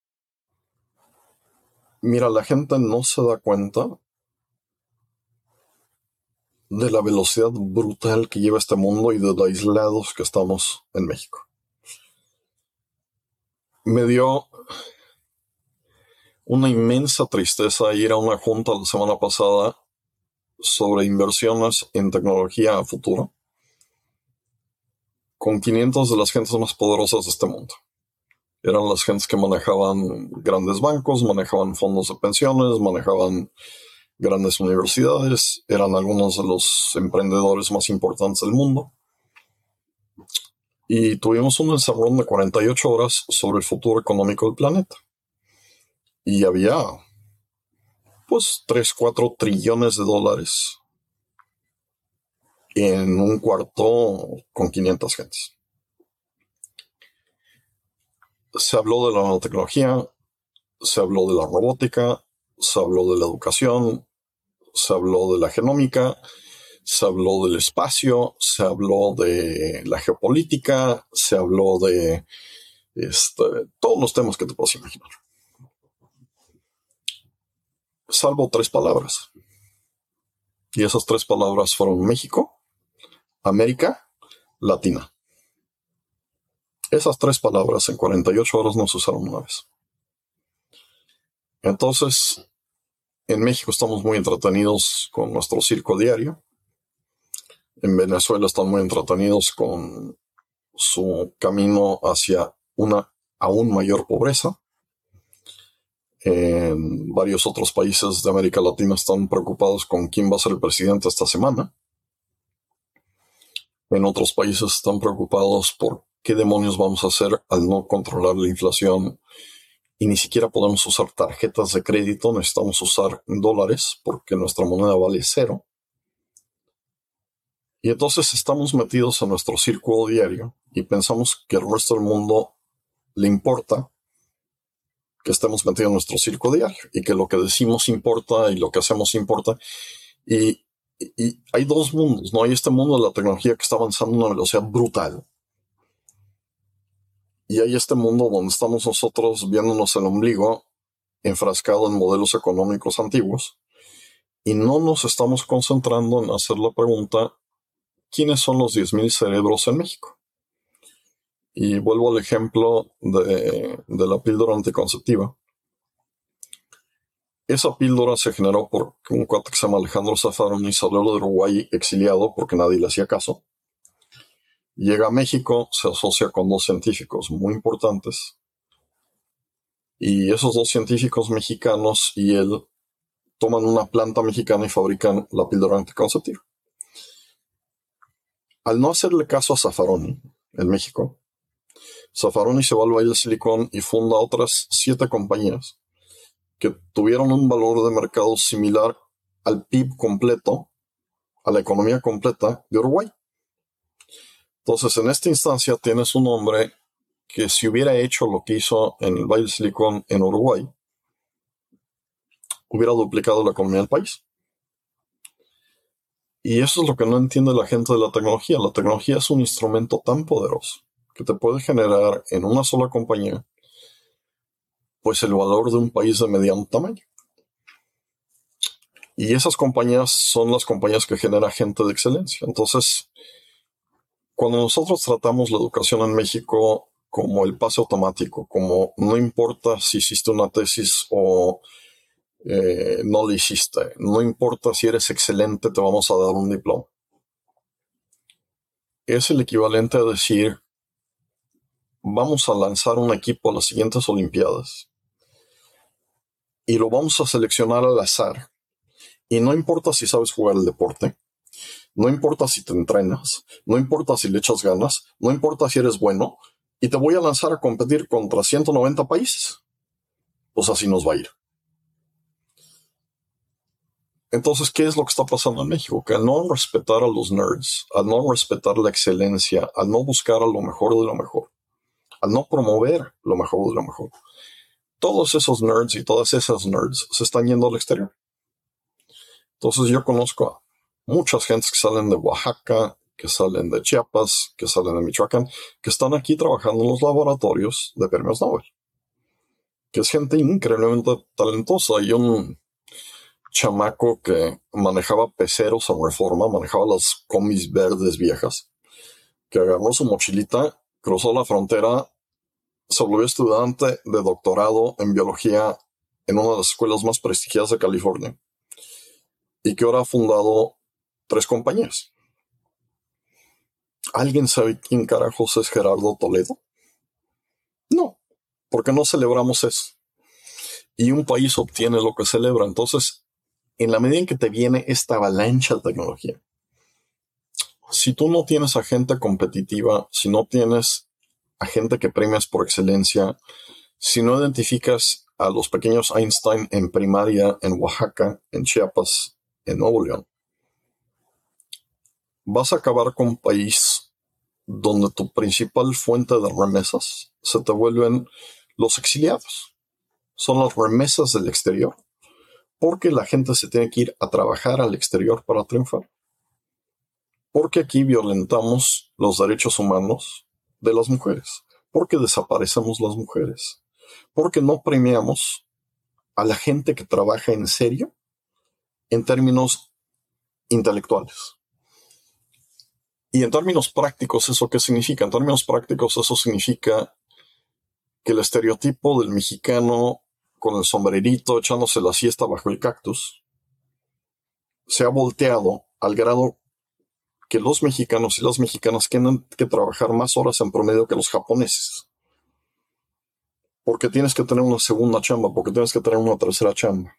Speaker 2: Mira, la gente no se da cuenta de la velocidad brutal que lleva este mundo y de lo aislados que estamos en México. Me dio una inmensa tristeza ir a una junta la semana pasada sobre inversiones en tecnología a futuro con quinientas de las gentes más poderosas de este mundo. Eran las gentes que manejaban grandes bancos, manejaban fondos de pensiones, manejaban grandes universidades, eran algunos de los emprendedores más importantes del mundo. Y tuvimos un encerrón de cuarenta y ocho horas sobre el futuro económico del planeta. Y había, pues, tres, cuatro trillones de dólares en un cuarto con quinientas gentes. Se habló de la nanotecnología, se habló de la robótica, se habló de la educación, se habló de la genómica, se habló del espacio, se habló de la geopolítica, se habló de este, todos los temas que te puedas imaginar. Salvo tres palabras. Y esas tres palabras fueron México, América, Latina. Esas tres palabras en cuarenta y ocho horas no se usaron una vez. Entonces, en México estamos muy entretenidos con nuestro circo diario. En Venezuela están muy entretenidos con su camino hacia una aún mayor pobreza. En varios otros países de América Latina están preocupados con quién va a ser el presidente esta semana. En otros países están preocupados por qué demonios vamos a hacer al no controlar la inflación. Y ni siquiera podemos usar tarjetas de crédito, necesitamos usar dólares porque nuestra moneda vale cero. Y entonces estamos metidos en nuestro círculo diario y pensamos que al resto del mundo le importa que estemos metidos en nuestro círculo diario y que lo que decimos importa y lo que hacemos importa. Y, y, y hay dos mundos, ¿no? Hay este mundo de la tecnología que está avanzando a una velocidad brutal. Y hay este mundo donde estamos nosotros viéndonos el ombligo enfrascado en modelos económicos antiguos y no nos estamos concentrando en hacer la pregunta: ¿quiénes son los diez mil cerebros en México? Y vuelvo al ejemplo de, de la píldora anticonceptiva. Esa píldora se generó porque un cuate que se llama Alejandro Zaffaroni salió de Uruguay exiliado porque nadie le hacía caso. Llega a México, se asocia con dos científicos muy importantes. Y esos dos científicos mexicanos y él toman una planta mexicana y fabrican la píldora anticonceptiva. Al no hacerle caso a Zaffaroni en México, Zaffaroni se va al Valle de Silicón y funda otras siete compañías que tuvieron un valor de mercado similar al P I B completo, a la economía completa de Uruguay. Entonces, en esta instancia tienes un hombre que si hubiera hecho lo que hizo en el Valle del Silicón en Uruguay, hubiera duplicado la economía del país. Y eso es lo que no entiende la gente de la tecnología. La tecnología es un instrumento tan poderoso que te puede generar en una sola compañía pues el valor de un país de mediano tamaño. Y esas compañías son las compañías que generan gente de excelencia. Entonces, cuando nosotros tratamos la educación en México como el pase automático, como no importa si hiciste una tesis o eh, no la hiciste, no importa si eres excelente, te vamos a dar un diploma. Es el equivalente a decir, vamos a lanzar un equipo a las siguientes Olimpiadas y lo vamos a seleccionar al azar. Y no importa si sabes jugar el deporte, no importa si te entrenas, no importa si le echas ganas, no importa si eres bueno, y te voy a lanzar a competir contra ciento noventa países. Pues así nos va a ir. Entonces, ¿qué es lo que está pasando en México? Que al no respetar a los nerds, al no respetar la excelencia, al no buscar a lo mejor de lo mejor, al no promover lo mejor de lo mejor, todos esos nerds y todas esas nerds se están yendo al exterior. Entonces yo conozco a muchas gentes que salen de Oaxaca, que salen de Chiapas, que salen de Michoacán, que están aquí trabajando en los laboratorios de premios Nobel. Que es gente increíblemente talentosa. Hay un chamaco que manejaba peceros en Reforma, manejaba las combis verdes viejas, que agarró su mochilita, cruzó la frontera, se volvió estudiante de doctorado en biología en una de las escuelas más prestigiadas de California, y que ahora ha fundado tres compañías. ¿Alguien sabe quién carajos es Gerardo Toledo? No, porque no celebramos eso. Y un país obtiene lo que celebra. Entonces, en la medida en que te viene esta avalancha de tecnología, si tú no tienes a gente competitiva, si no tienes a gente que premias por excelencia, si no identificas a los pequeños Einstein en primaria en Oaxaca, en Chiapas, en Nuevo León, vas a acabar con un país donde tu principal fuente de remesas se te vuelven los exiliados. Son las remesas del exterior, porque la gente se tiene que ir a trabajar al exterior para triunfar. Porque aquí violentamos los derechos humanos de las mujeres, porque desaparecemos las mujeres, porque no premiamos a la gente que trabaja en serio en términos intelectuales. Y en términos prácticos, ¿eso qué significa? En términos prácticos, eso significa que el estereotipo del mexicano con el sombrerito echándose la siesta bajo el cactus se ha volteado al grado que los mexicanos y las mexicanas tienen que trabajar más horas en promedio que los japoneses. Porque tienes que tener una segunda chamba, porque tienes que tener una tercera chamba.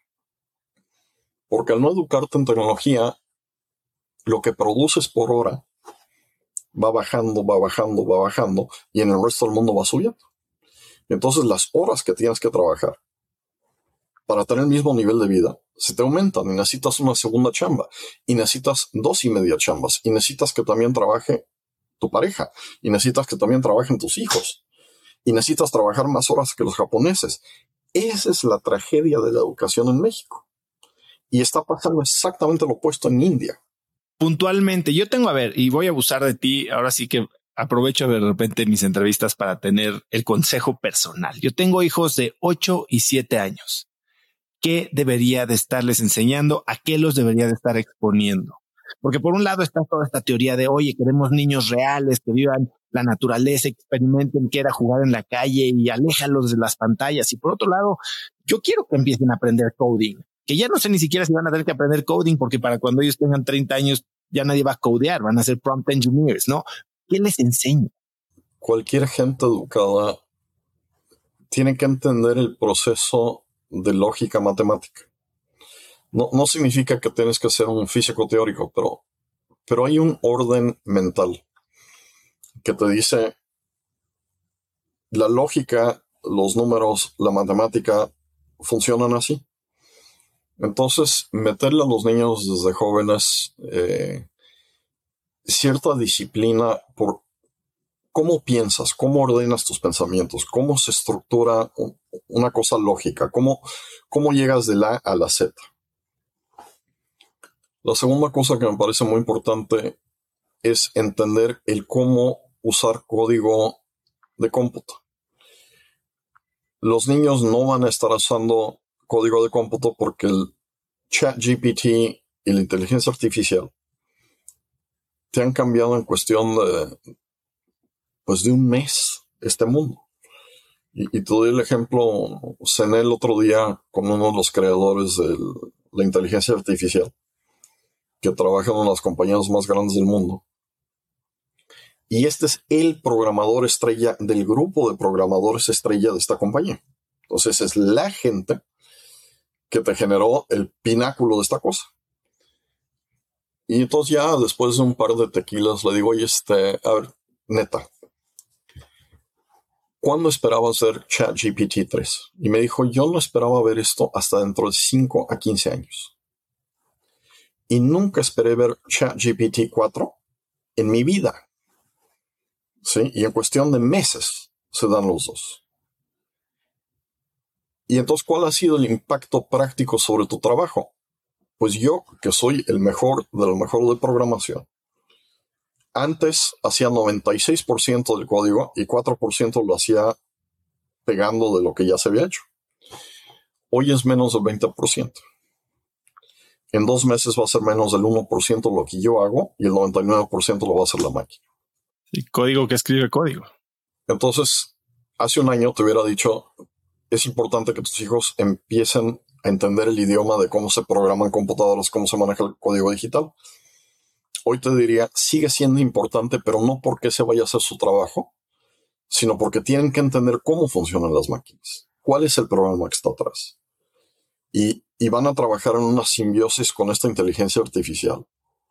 Speaker 2: Porque al no educarte en tecnología, lo que produces por hora va bajando, va bajando, va bajando, y en el resto del mundo va subiendo. Entonces las horas que tienes que trabajar para tener el mismo nivel de vida se te aumentan y necesitas una segunda chamba, y necesitas dos y media chambas, y necesitas que también trabaje tu pareja, y necesitas que también trabajen tus hijos, y necesitas trabajar más horas que los japoneses. Esa es la tragedia de la educación en México. Y está pasando exactamente lo opuesto en India.
Speaker 3: Puntualmente, yo tengo, a ver, y voy a abusar de ti, ahora sí que aprovecho de repente mis entrevistas para tener el consejo personal. Yo tengo hijos de ocho y siete años. ¿Qué debería de estarles enseñando? ¿A qué los debería de estar exponiendo? Porque por un lado está toda esta teoría de, oye, queremos niños reales que vivan la naturaleza, experimenten, quiera jugar en la calle y aléjalos de las pantallas. Y por otro lado, yo quiero que empiecen a aprender coding, que ya no sé ni siquiera si van a tener que aprender coding, porque para cuando ellos tengan treinta años ya nadie va a codear, van a ser prompt engineers, ¿no? ¿Qué les enseño?
Speaker 2: Cualquier gente educada tiene que entender el proceso de lógica matemática. No, no significa que tienes que ser un físico teórico, pero, pero hay un orden mental que te dice la lógica, los números, la matemática funcionan así. Entonces, meterle a los niños desde jóvenes eh, cierta disciplina por cómo piensas, cómo ordenas tus pensamientos, cómo se estructura un, una cosa lógica, cómo, cómo llegas de la A a la Z. La segunda cosa que me parece muy importante es entender el cómo usar código de cómputo. Los niños no van a estar usando código de cómputo porque el ChatGPT y la inteligencia artificial te han cambiado en cuestión de, pues de un mes este mundo. Y, y te doy el ejemplo, cené el otro día con uno de los creadores de la inteligencia artificial que trabaja en una de las compañías más grandes del mundo. Y este es el programador estrella del grupo de programadores estrella de esta compañía. Entonces es la gente que te generó el pináculo de esta cosa. Y entonces ya después de un par de tequilas le digo, oye, este, a ver, neta, ¿cuándo esperabas ver ChatGPT tres? Y me dijo, yo no esperaba ver esto hasta dentro de cinco a quince años. Y nunca esperé ver ChatGPT cuatro en mi vida. ¿Sí? Y en cuestión de meses se dan los dos. Y entonces, ¿cuál ha sido el impacto práctico sobre tu trabajo? Pues yo, que soy el mejor de lo mejor de programación, antes hacía noventa y seis por ciento del código y cuatro por ciento lo hacía pegando de lo que ya se había hecho. Hoy es menos del veinte por ciento. En dos meses va a ser menos del uno por ciento lo que yo hago y el noventa y nueve por ciento lo va a hacer la máquina.
Speaker 3: Y código que escribe código.
Speaker 2: Entonces, hace un año te hubiera dicho, es importante que tus hijos empiecen a entender el idioma de cómo se programan computadoras, cómo se maneja el código digital. Hoy te diría, sigue siendo importante, pero no porque se vaya a hacer su trabajo, sino porque tienen que entender cómo funcionan las máquinas. ¿Cuál es el programa que está atrás? Y, y van a trabajar en una simbiosis con esta inteligencia artificial.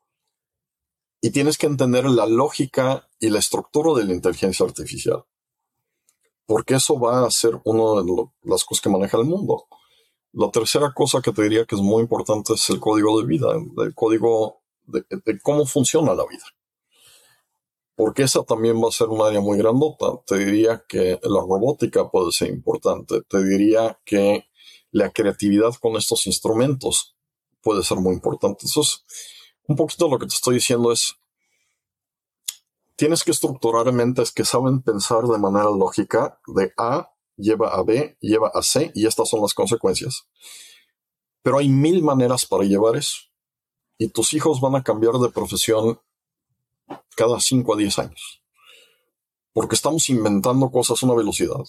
Speaker 2: Y tienes que entender la lógica y la estructura de la inteligencia artificial. Porque eso va a ser una de lo, las cosas que maneja el mundo. La tercera cosa que te diría que es muy importante es el código de vida, el código de, de cómo funciona la vida. Porque esa también va a ser un área muy grandota. Te diría que la robótica puede ser importante. Te diría que la creatividad con estos instrumentos puede ser muy importante. Entonces, un poquito lo que te estoy diciendo es, tienes que estructurar mentes que saben pensar de manera lógica, de A lleva a B, lleva a C, y estas son las consecuencias. Pero hay mil maneras para llevar eso. Y tus hijos van a cambiar de profesión cada cinco a diez años. Porque estamos inventando cosas a una velocidad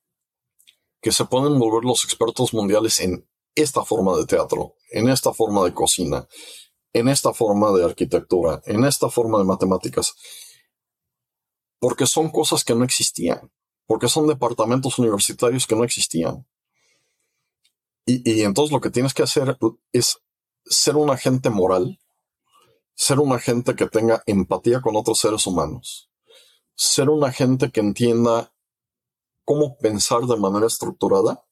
Speaker 2: que se pueden volver los expertos mundiales en esta forma de teatro, en esta forma de cocina, en esta forma de arquitectura, en esta forma de matemáticas, porque son cosas que no existían, porque son departamentos universitarios que no existían. Y, y entonces lo que tienes que hacer es ser un agente moral, ser un agente que tenga empatía con otros seres humanos, ser un agente que entienda cómo pensar de manera estructurada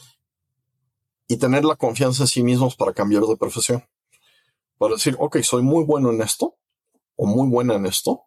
Speaker 2: y tener la confianza en sí mismos para cambiar de profesión. Para decir, ok, soy muy bueno en esto, o muy buena en esto,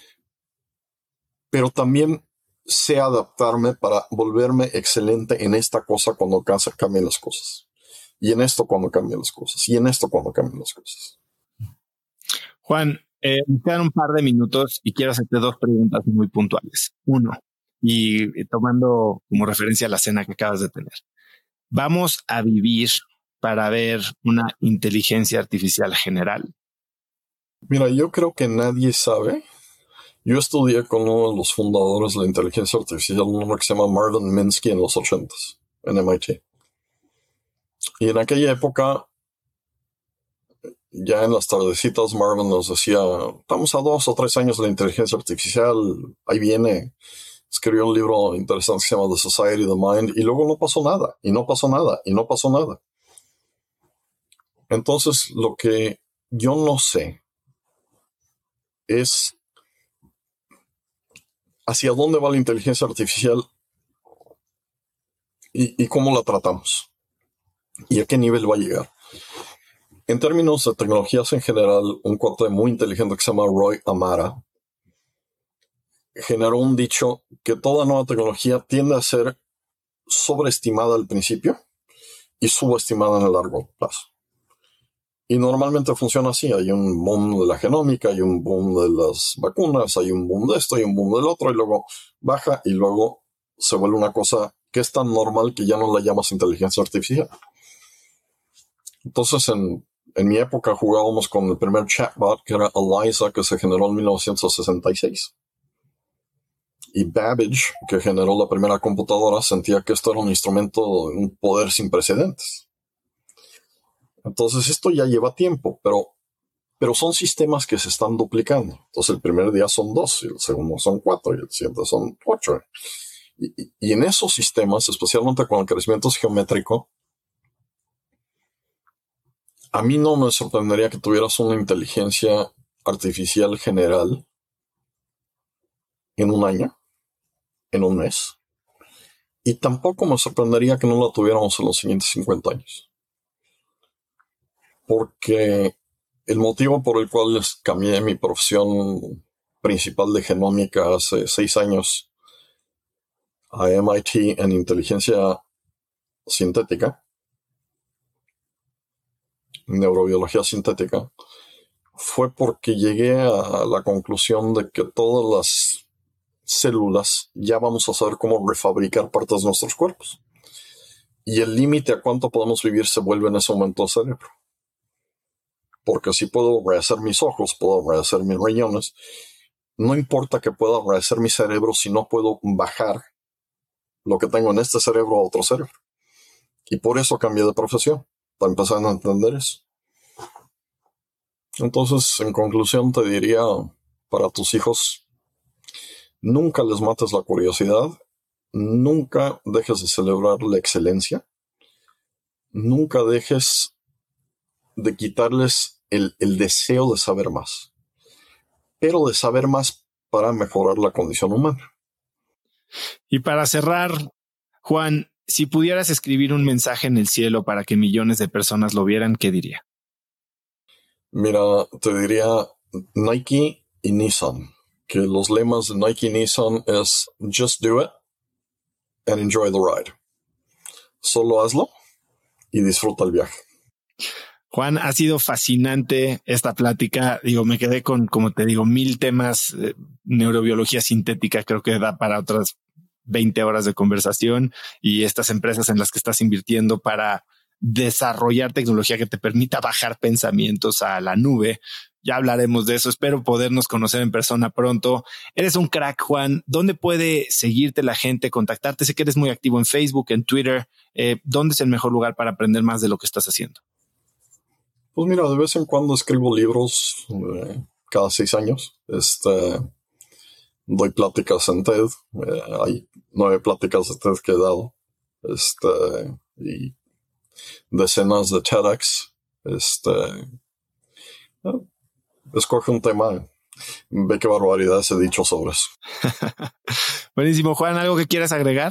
Speaker 2: pero también sé adaptarme para volverme excelente en esta cosa cuando cambien las cosas. Y en esto cuando cambien las cosas. Y en esto cuando cambien las cosas.
Speaker 3: Juan, eh, me quedan un par de minutos y quiero hacerte dos preguntas muy puntuales. Uno, y eh, tomando como referencia la cena que acabas de tener. ¿Vamos a vivir para ver una inteligencia artificial general?
Speaker 2: Mira, yo creo que nadie sabe. Yo estudié con uno de los fundadores de la inteligencia artificial, un hombre que se llama Marvin Minsky en los ochentas, en M I T. Y en aquella época, ya en las tardecitas, Marvin nos decía, estamos a dos o tres años de la inteligencia artificial, ahí viene. Escribió un libro interesante que se llama The Society of the Mind, y luego no pasó nada, y no pasó nada, y no pasó nada. Entonces, lo que yo no sé es hacia dónde va la inteligencia artificial y, y cómo la tratamos, y a qué nivel va a llegar. En términos de tecnologías en general, un cuate muy inteligente que se llama Roy Amara generó un dicho que toda nueva tecnología tiende a ser sobreestimada al principio y subestimada en el largo plazo. Y normalmente funciona así. Hay un boom de la genómica, hay un boom de las vacunas, hay un boom de esto, hay un boom del otro, y luego baja y luego se vuelve una cosa que es tan normal que ya no la llamas inteligencia artificial. Entonces, en, en mi época jugábamos con el primer chatbot, que era Eliza, que se generó en mil novecientos sesenta y seis. Y Babbage, que generó la primera computadora, sentía que esto era un instrumento, un poder sin precedentes. Entonces esto ya lleva tiempo, pero, pero son sistemas que se están duplicando. Entonces el primer día son dos, y el segundo son cuatro, y el siguiente son ocho. Y, y, y en esos sistemas, especialmente con el crecimiento geométrico, a mí no me sorprendería que tuvieras una inteligencia artificial general en un año, en un mes. Y tampoco me sorprendería que no la tuviéramos en los siguientes cincuenta años. Porque el motivo por el cual les cambié mi profesión principal de genómica hace seis años a M I T en inteligencia sintética, neurobiología sintética, fue porque llegué a la conclusión de que todas las células ya vamos a saber cómo refabricar partes de nuestros cuerpos. Y el límite a cuánto podemos vivir se vuelve en ese momento el cerebro. Porque si puedo rehacer mis ojos, puedo rehacer mis riñones, no importa que pueda rehacer mi cerebro si no puedo bajar lo que tengo en este cerebro a otro cerebro. Y por eso cambié de profesión, para empezar a entender eso. Entonces, en conclusión, te diría para tus hijos, nunca les mates la curiosidad, nunca dejes de celebrar la excelencia, nunca dejes de quitarles el, el deseo de saber más, pero de saber más para mejorar la condición humana.
Speaker 3: Y para cerrar, Juan, si pudieras escribir un mensaje en el cielo para que millones de personas lo vieran, ¿qué diría?
Speaker 2: Mira, te diría Nike y Nissan, que los lemas de Nike y Nissan es just do it and enjoy the ride. Solo hazlo y disfruta el viaje.
Speaker 3: Juan, ha sido fascinante esta plática. Digo, me quedé con, como te digo, mil temas. Eh, neurobiología sintética creo que da para otras veinte horas de conversación, y estas empresas en las que estás invirtiendo para desarrollar tecnología que te permita bajar pensamientos a la nube. Ya hablaremos de eso. Espero podernos conocer en persona pronto. Eres un crack, Juan. ¿Dónde puede seguirte la gente, contactarte? Sé que eres muy activo en Facebook, en Twitter. Eh, ¿Dónde es el mejor lugar para aprender más de lo que estás haciendo?
Speaker 2: Pues mira, de vez en cuando escribo libros, eh, cada seis años. Este, doy pláticas en TED. Eh, hay nueve pláticas de TED que he dado. Este, y decenas de TEDx. Este, eh, escoge un tema. Ve qué barbaridades he dicho sobre eso.
Speaker 3: Buenísimo, Juan. ¿Algo que quieras agregar?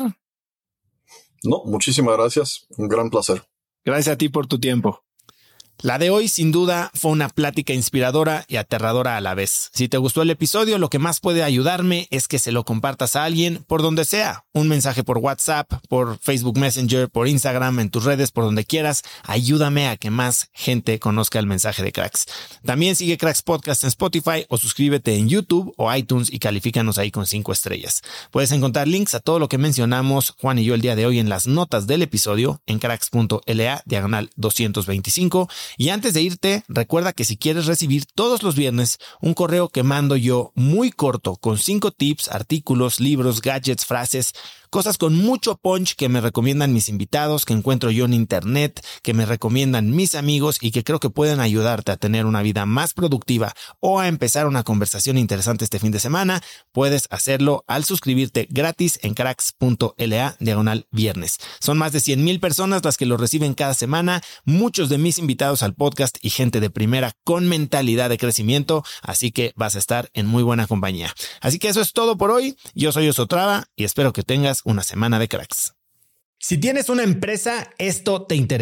Speaker 2: No, muchísimas gracias. Un gran placer.
Speaker 3: Gracias a ti por tu tiempo.
Speaker 1: La de hoy, sin duda, fue una plática inspiradora y aterradora a la vez. Si te gustó el episodio, lo que más puede ayudarme es que se lo compartas a alguien por donde sea. Un mensaje por WhatsApp, por Facebook Messenger, por Instagram, en tus redes, por donde quieras. Ayúdame a que más gente conozca el mensaje de Cracks. También sigue Cracks Podcast en Spotify o suscríbete en YouTube o iTunes y califícanos ahí con cinco estrellas. Puedes encontrar links a todo lo que mencionamos Juan y yo el día de hoy en las notas del episodio en cracks.la diagonal doscientos veinticinco. Y antes de irte, recuerda que si quieres recibir todos los viernes un correo que mando yo muy corto con cinco tips, artículos, libros, gadgets, frases, cosas con mucho punch que me recomiendan mis invitados, que encuentro yo en internet, que me recomiendan mis amigos y que creo que pueden ayudarte a tener una vida más productiva o a empezar una conversación interesante este fin de semana, puedes hacerlo al suscribirte gratis en cracks.la diagonal viernes. Son más de cien mil personas las que lo reciben cada semana, muchos de mis invitados al podcast y gente de primera con mentalidad de crecimiento, así que vas a estar en muy buena compañía. Así que eso es todo por hoy. Yo soy Osotrava y espero que tengas una semana de cracks. Si tienes una empresa, esto te interesa.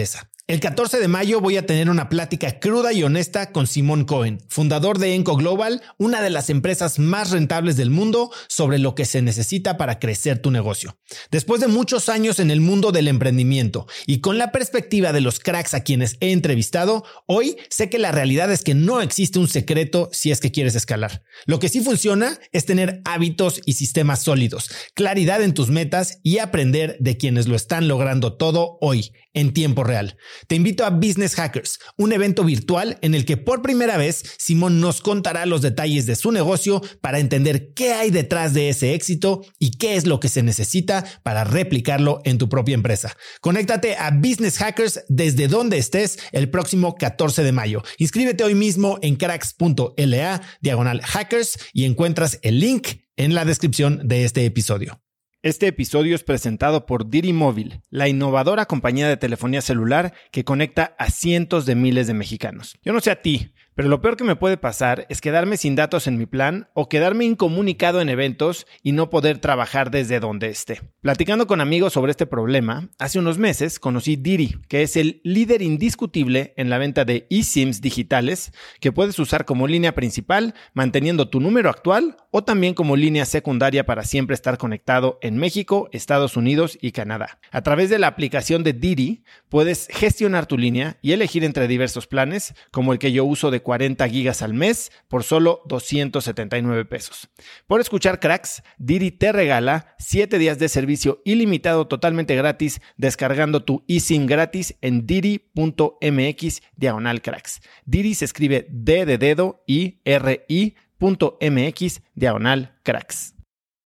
Speaker 1: El catorce de mayo voy a tener una plática cruda y honesta con Simón Cohen, fundador de Enco Global, una de las empresas más rentables del mundo, sobre lo que se necesita para crecer tu negocio. Después de muchos años en el mundo del emprendimiento y con la perspectiva de los cracks a quienes he entrevistado, hoy sé que la realidad es que no existe un secreto si es que quieres escalar. Lo que sí funciona es tener hábitos y sistemas sólidos, claridad en tus metas y aprender de quienes lo están logrando todo hoy, en tiempo real. Te invito a Business Hackers, un evento virtual en el que por primera vez Simón nos contará los detalles de su negocio para entender qué hay detrás de ese éxito y qué es lo que se necesita para replicarlo en tu propia empresa. Conéctate a Business Hackers desde donde estés el próximo catorce de mayo. Inscríbete hoy mismo en cracks.la diagonal hackers y encuentras el link en la descripción de este episodio. Este episodio es presentado por Didi Móvil, la innovadora compañía de telefonía celular que conecta a cientos de miles de mexicanos. Yo no sé a ti, pero lo peor que me puede pasar es quedarme sin datos en mi plan o quedarme incomunicado en eventos y no poder trabajar desde donde esté. Platicando con amigos sobre este problema, hace unos meses conocí Didi, que es el líder indiscutible en la venta de eSIMs digitales que puedes usar como línea principal, manteniendo tu número actual o también como línea secundaria para siempre estar conectado en México, Estados Unidos y Canadá. A través de la aplicación de Didi, puedes gestionar tu línea y elegir entre diversos planes, como el que yo uso de cuarenta gigas al mes por solo doscientos setenta y nueve pesos. Por escuchar Cracks, Didi te regala siete días de servicio ilimitado totalmente gratis descargando tu eSIM gratis en didi.mx diagonal cracks. Didi se escribe D de dedo y R I punto M X diagonal cracks.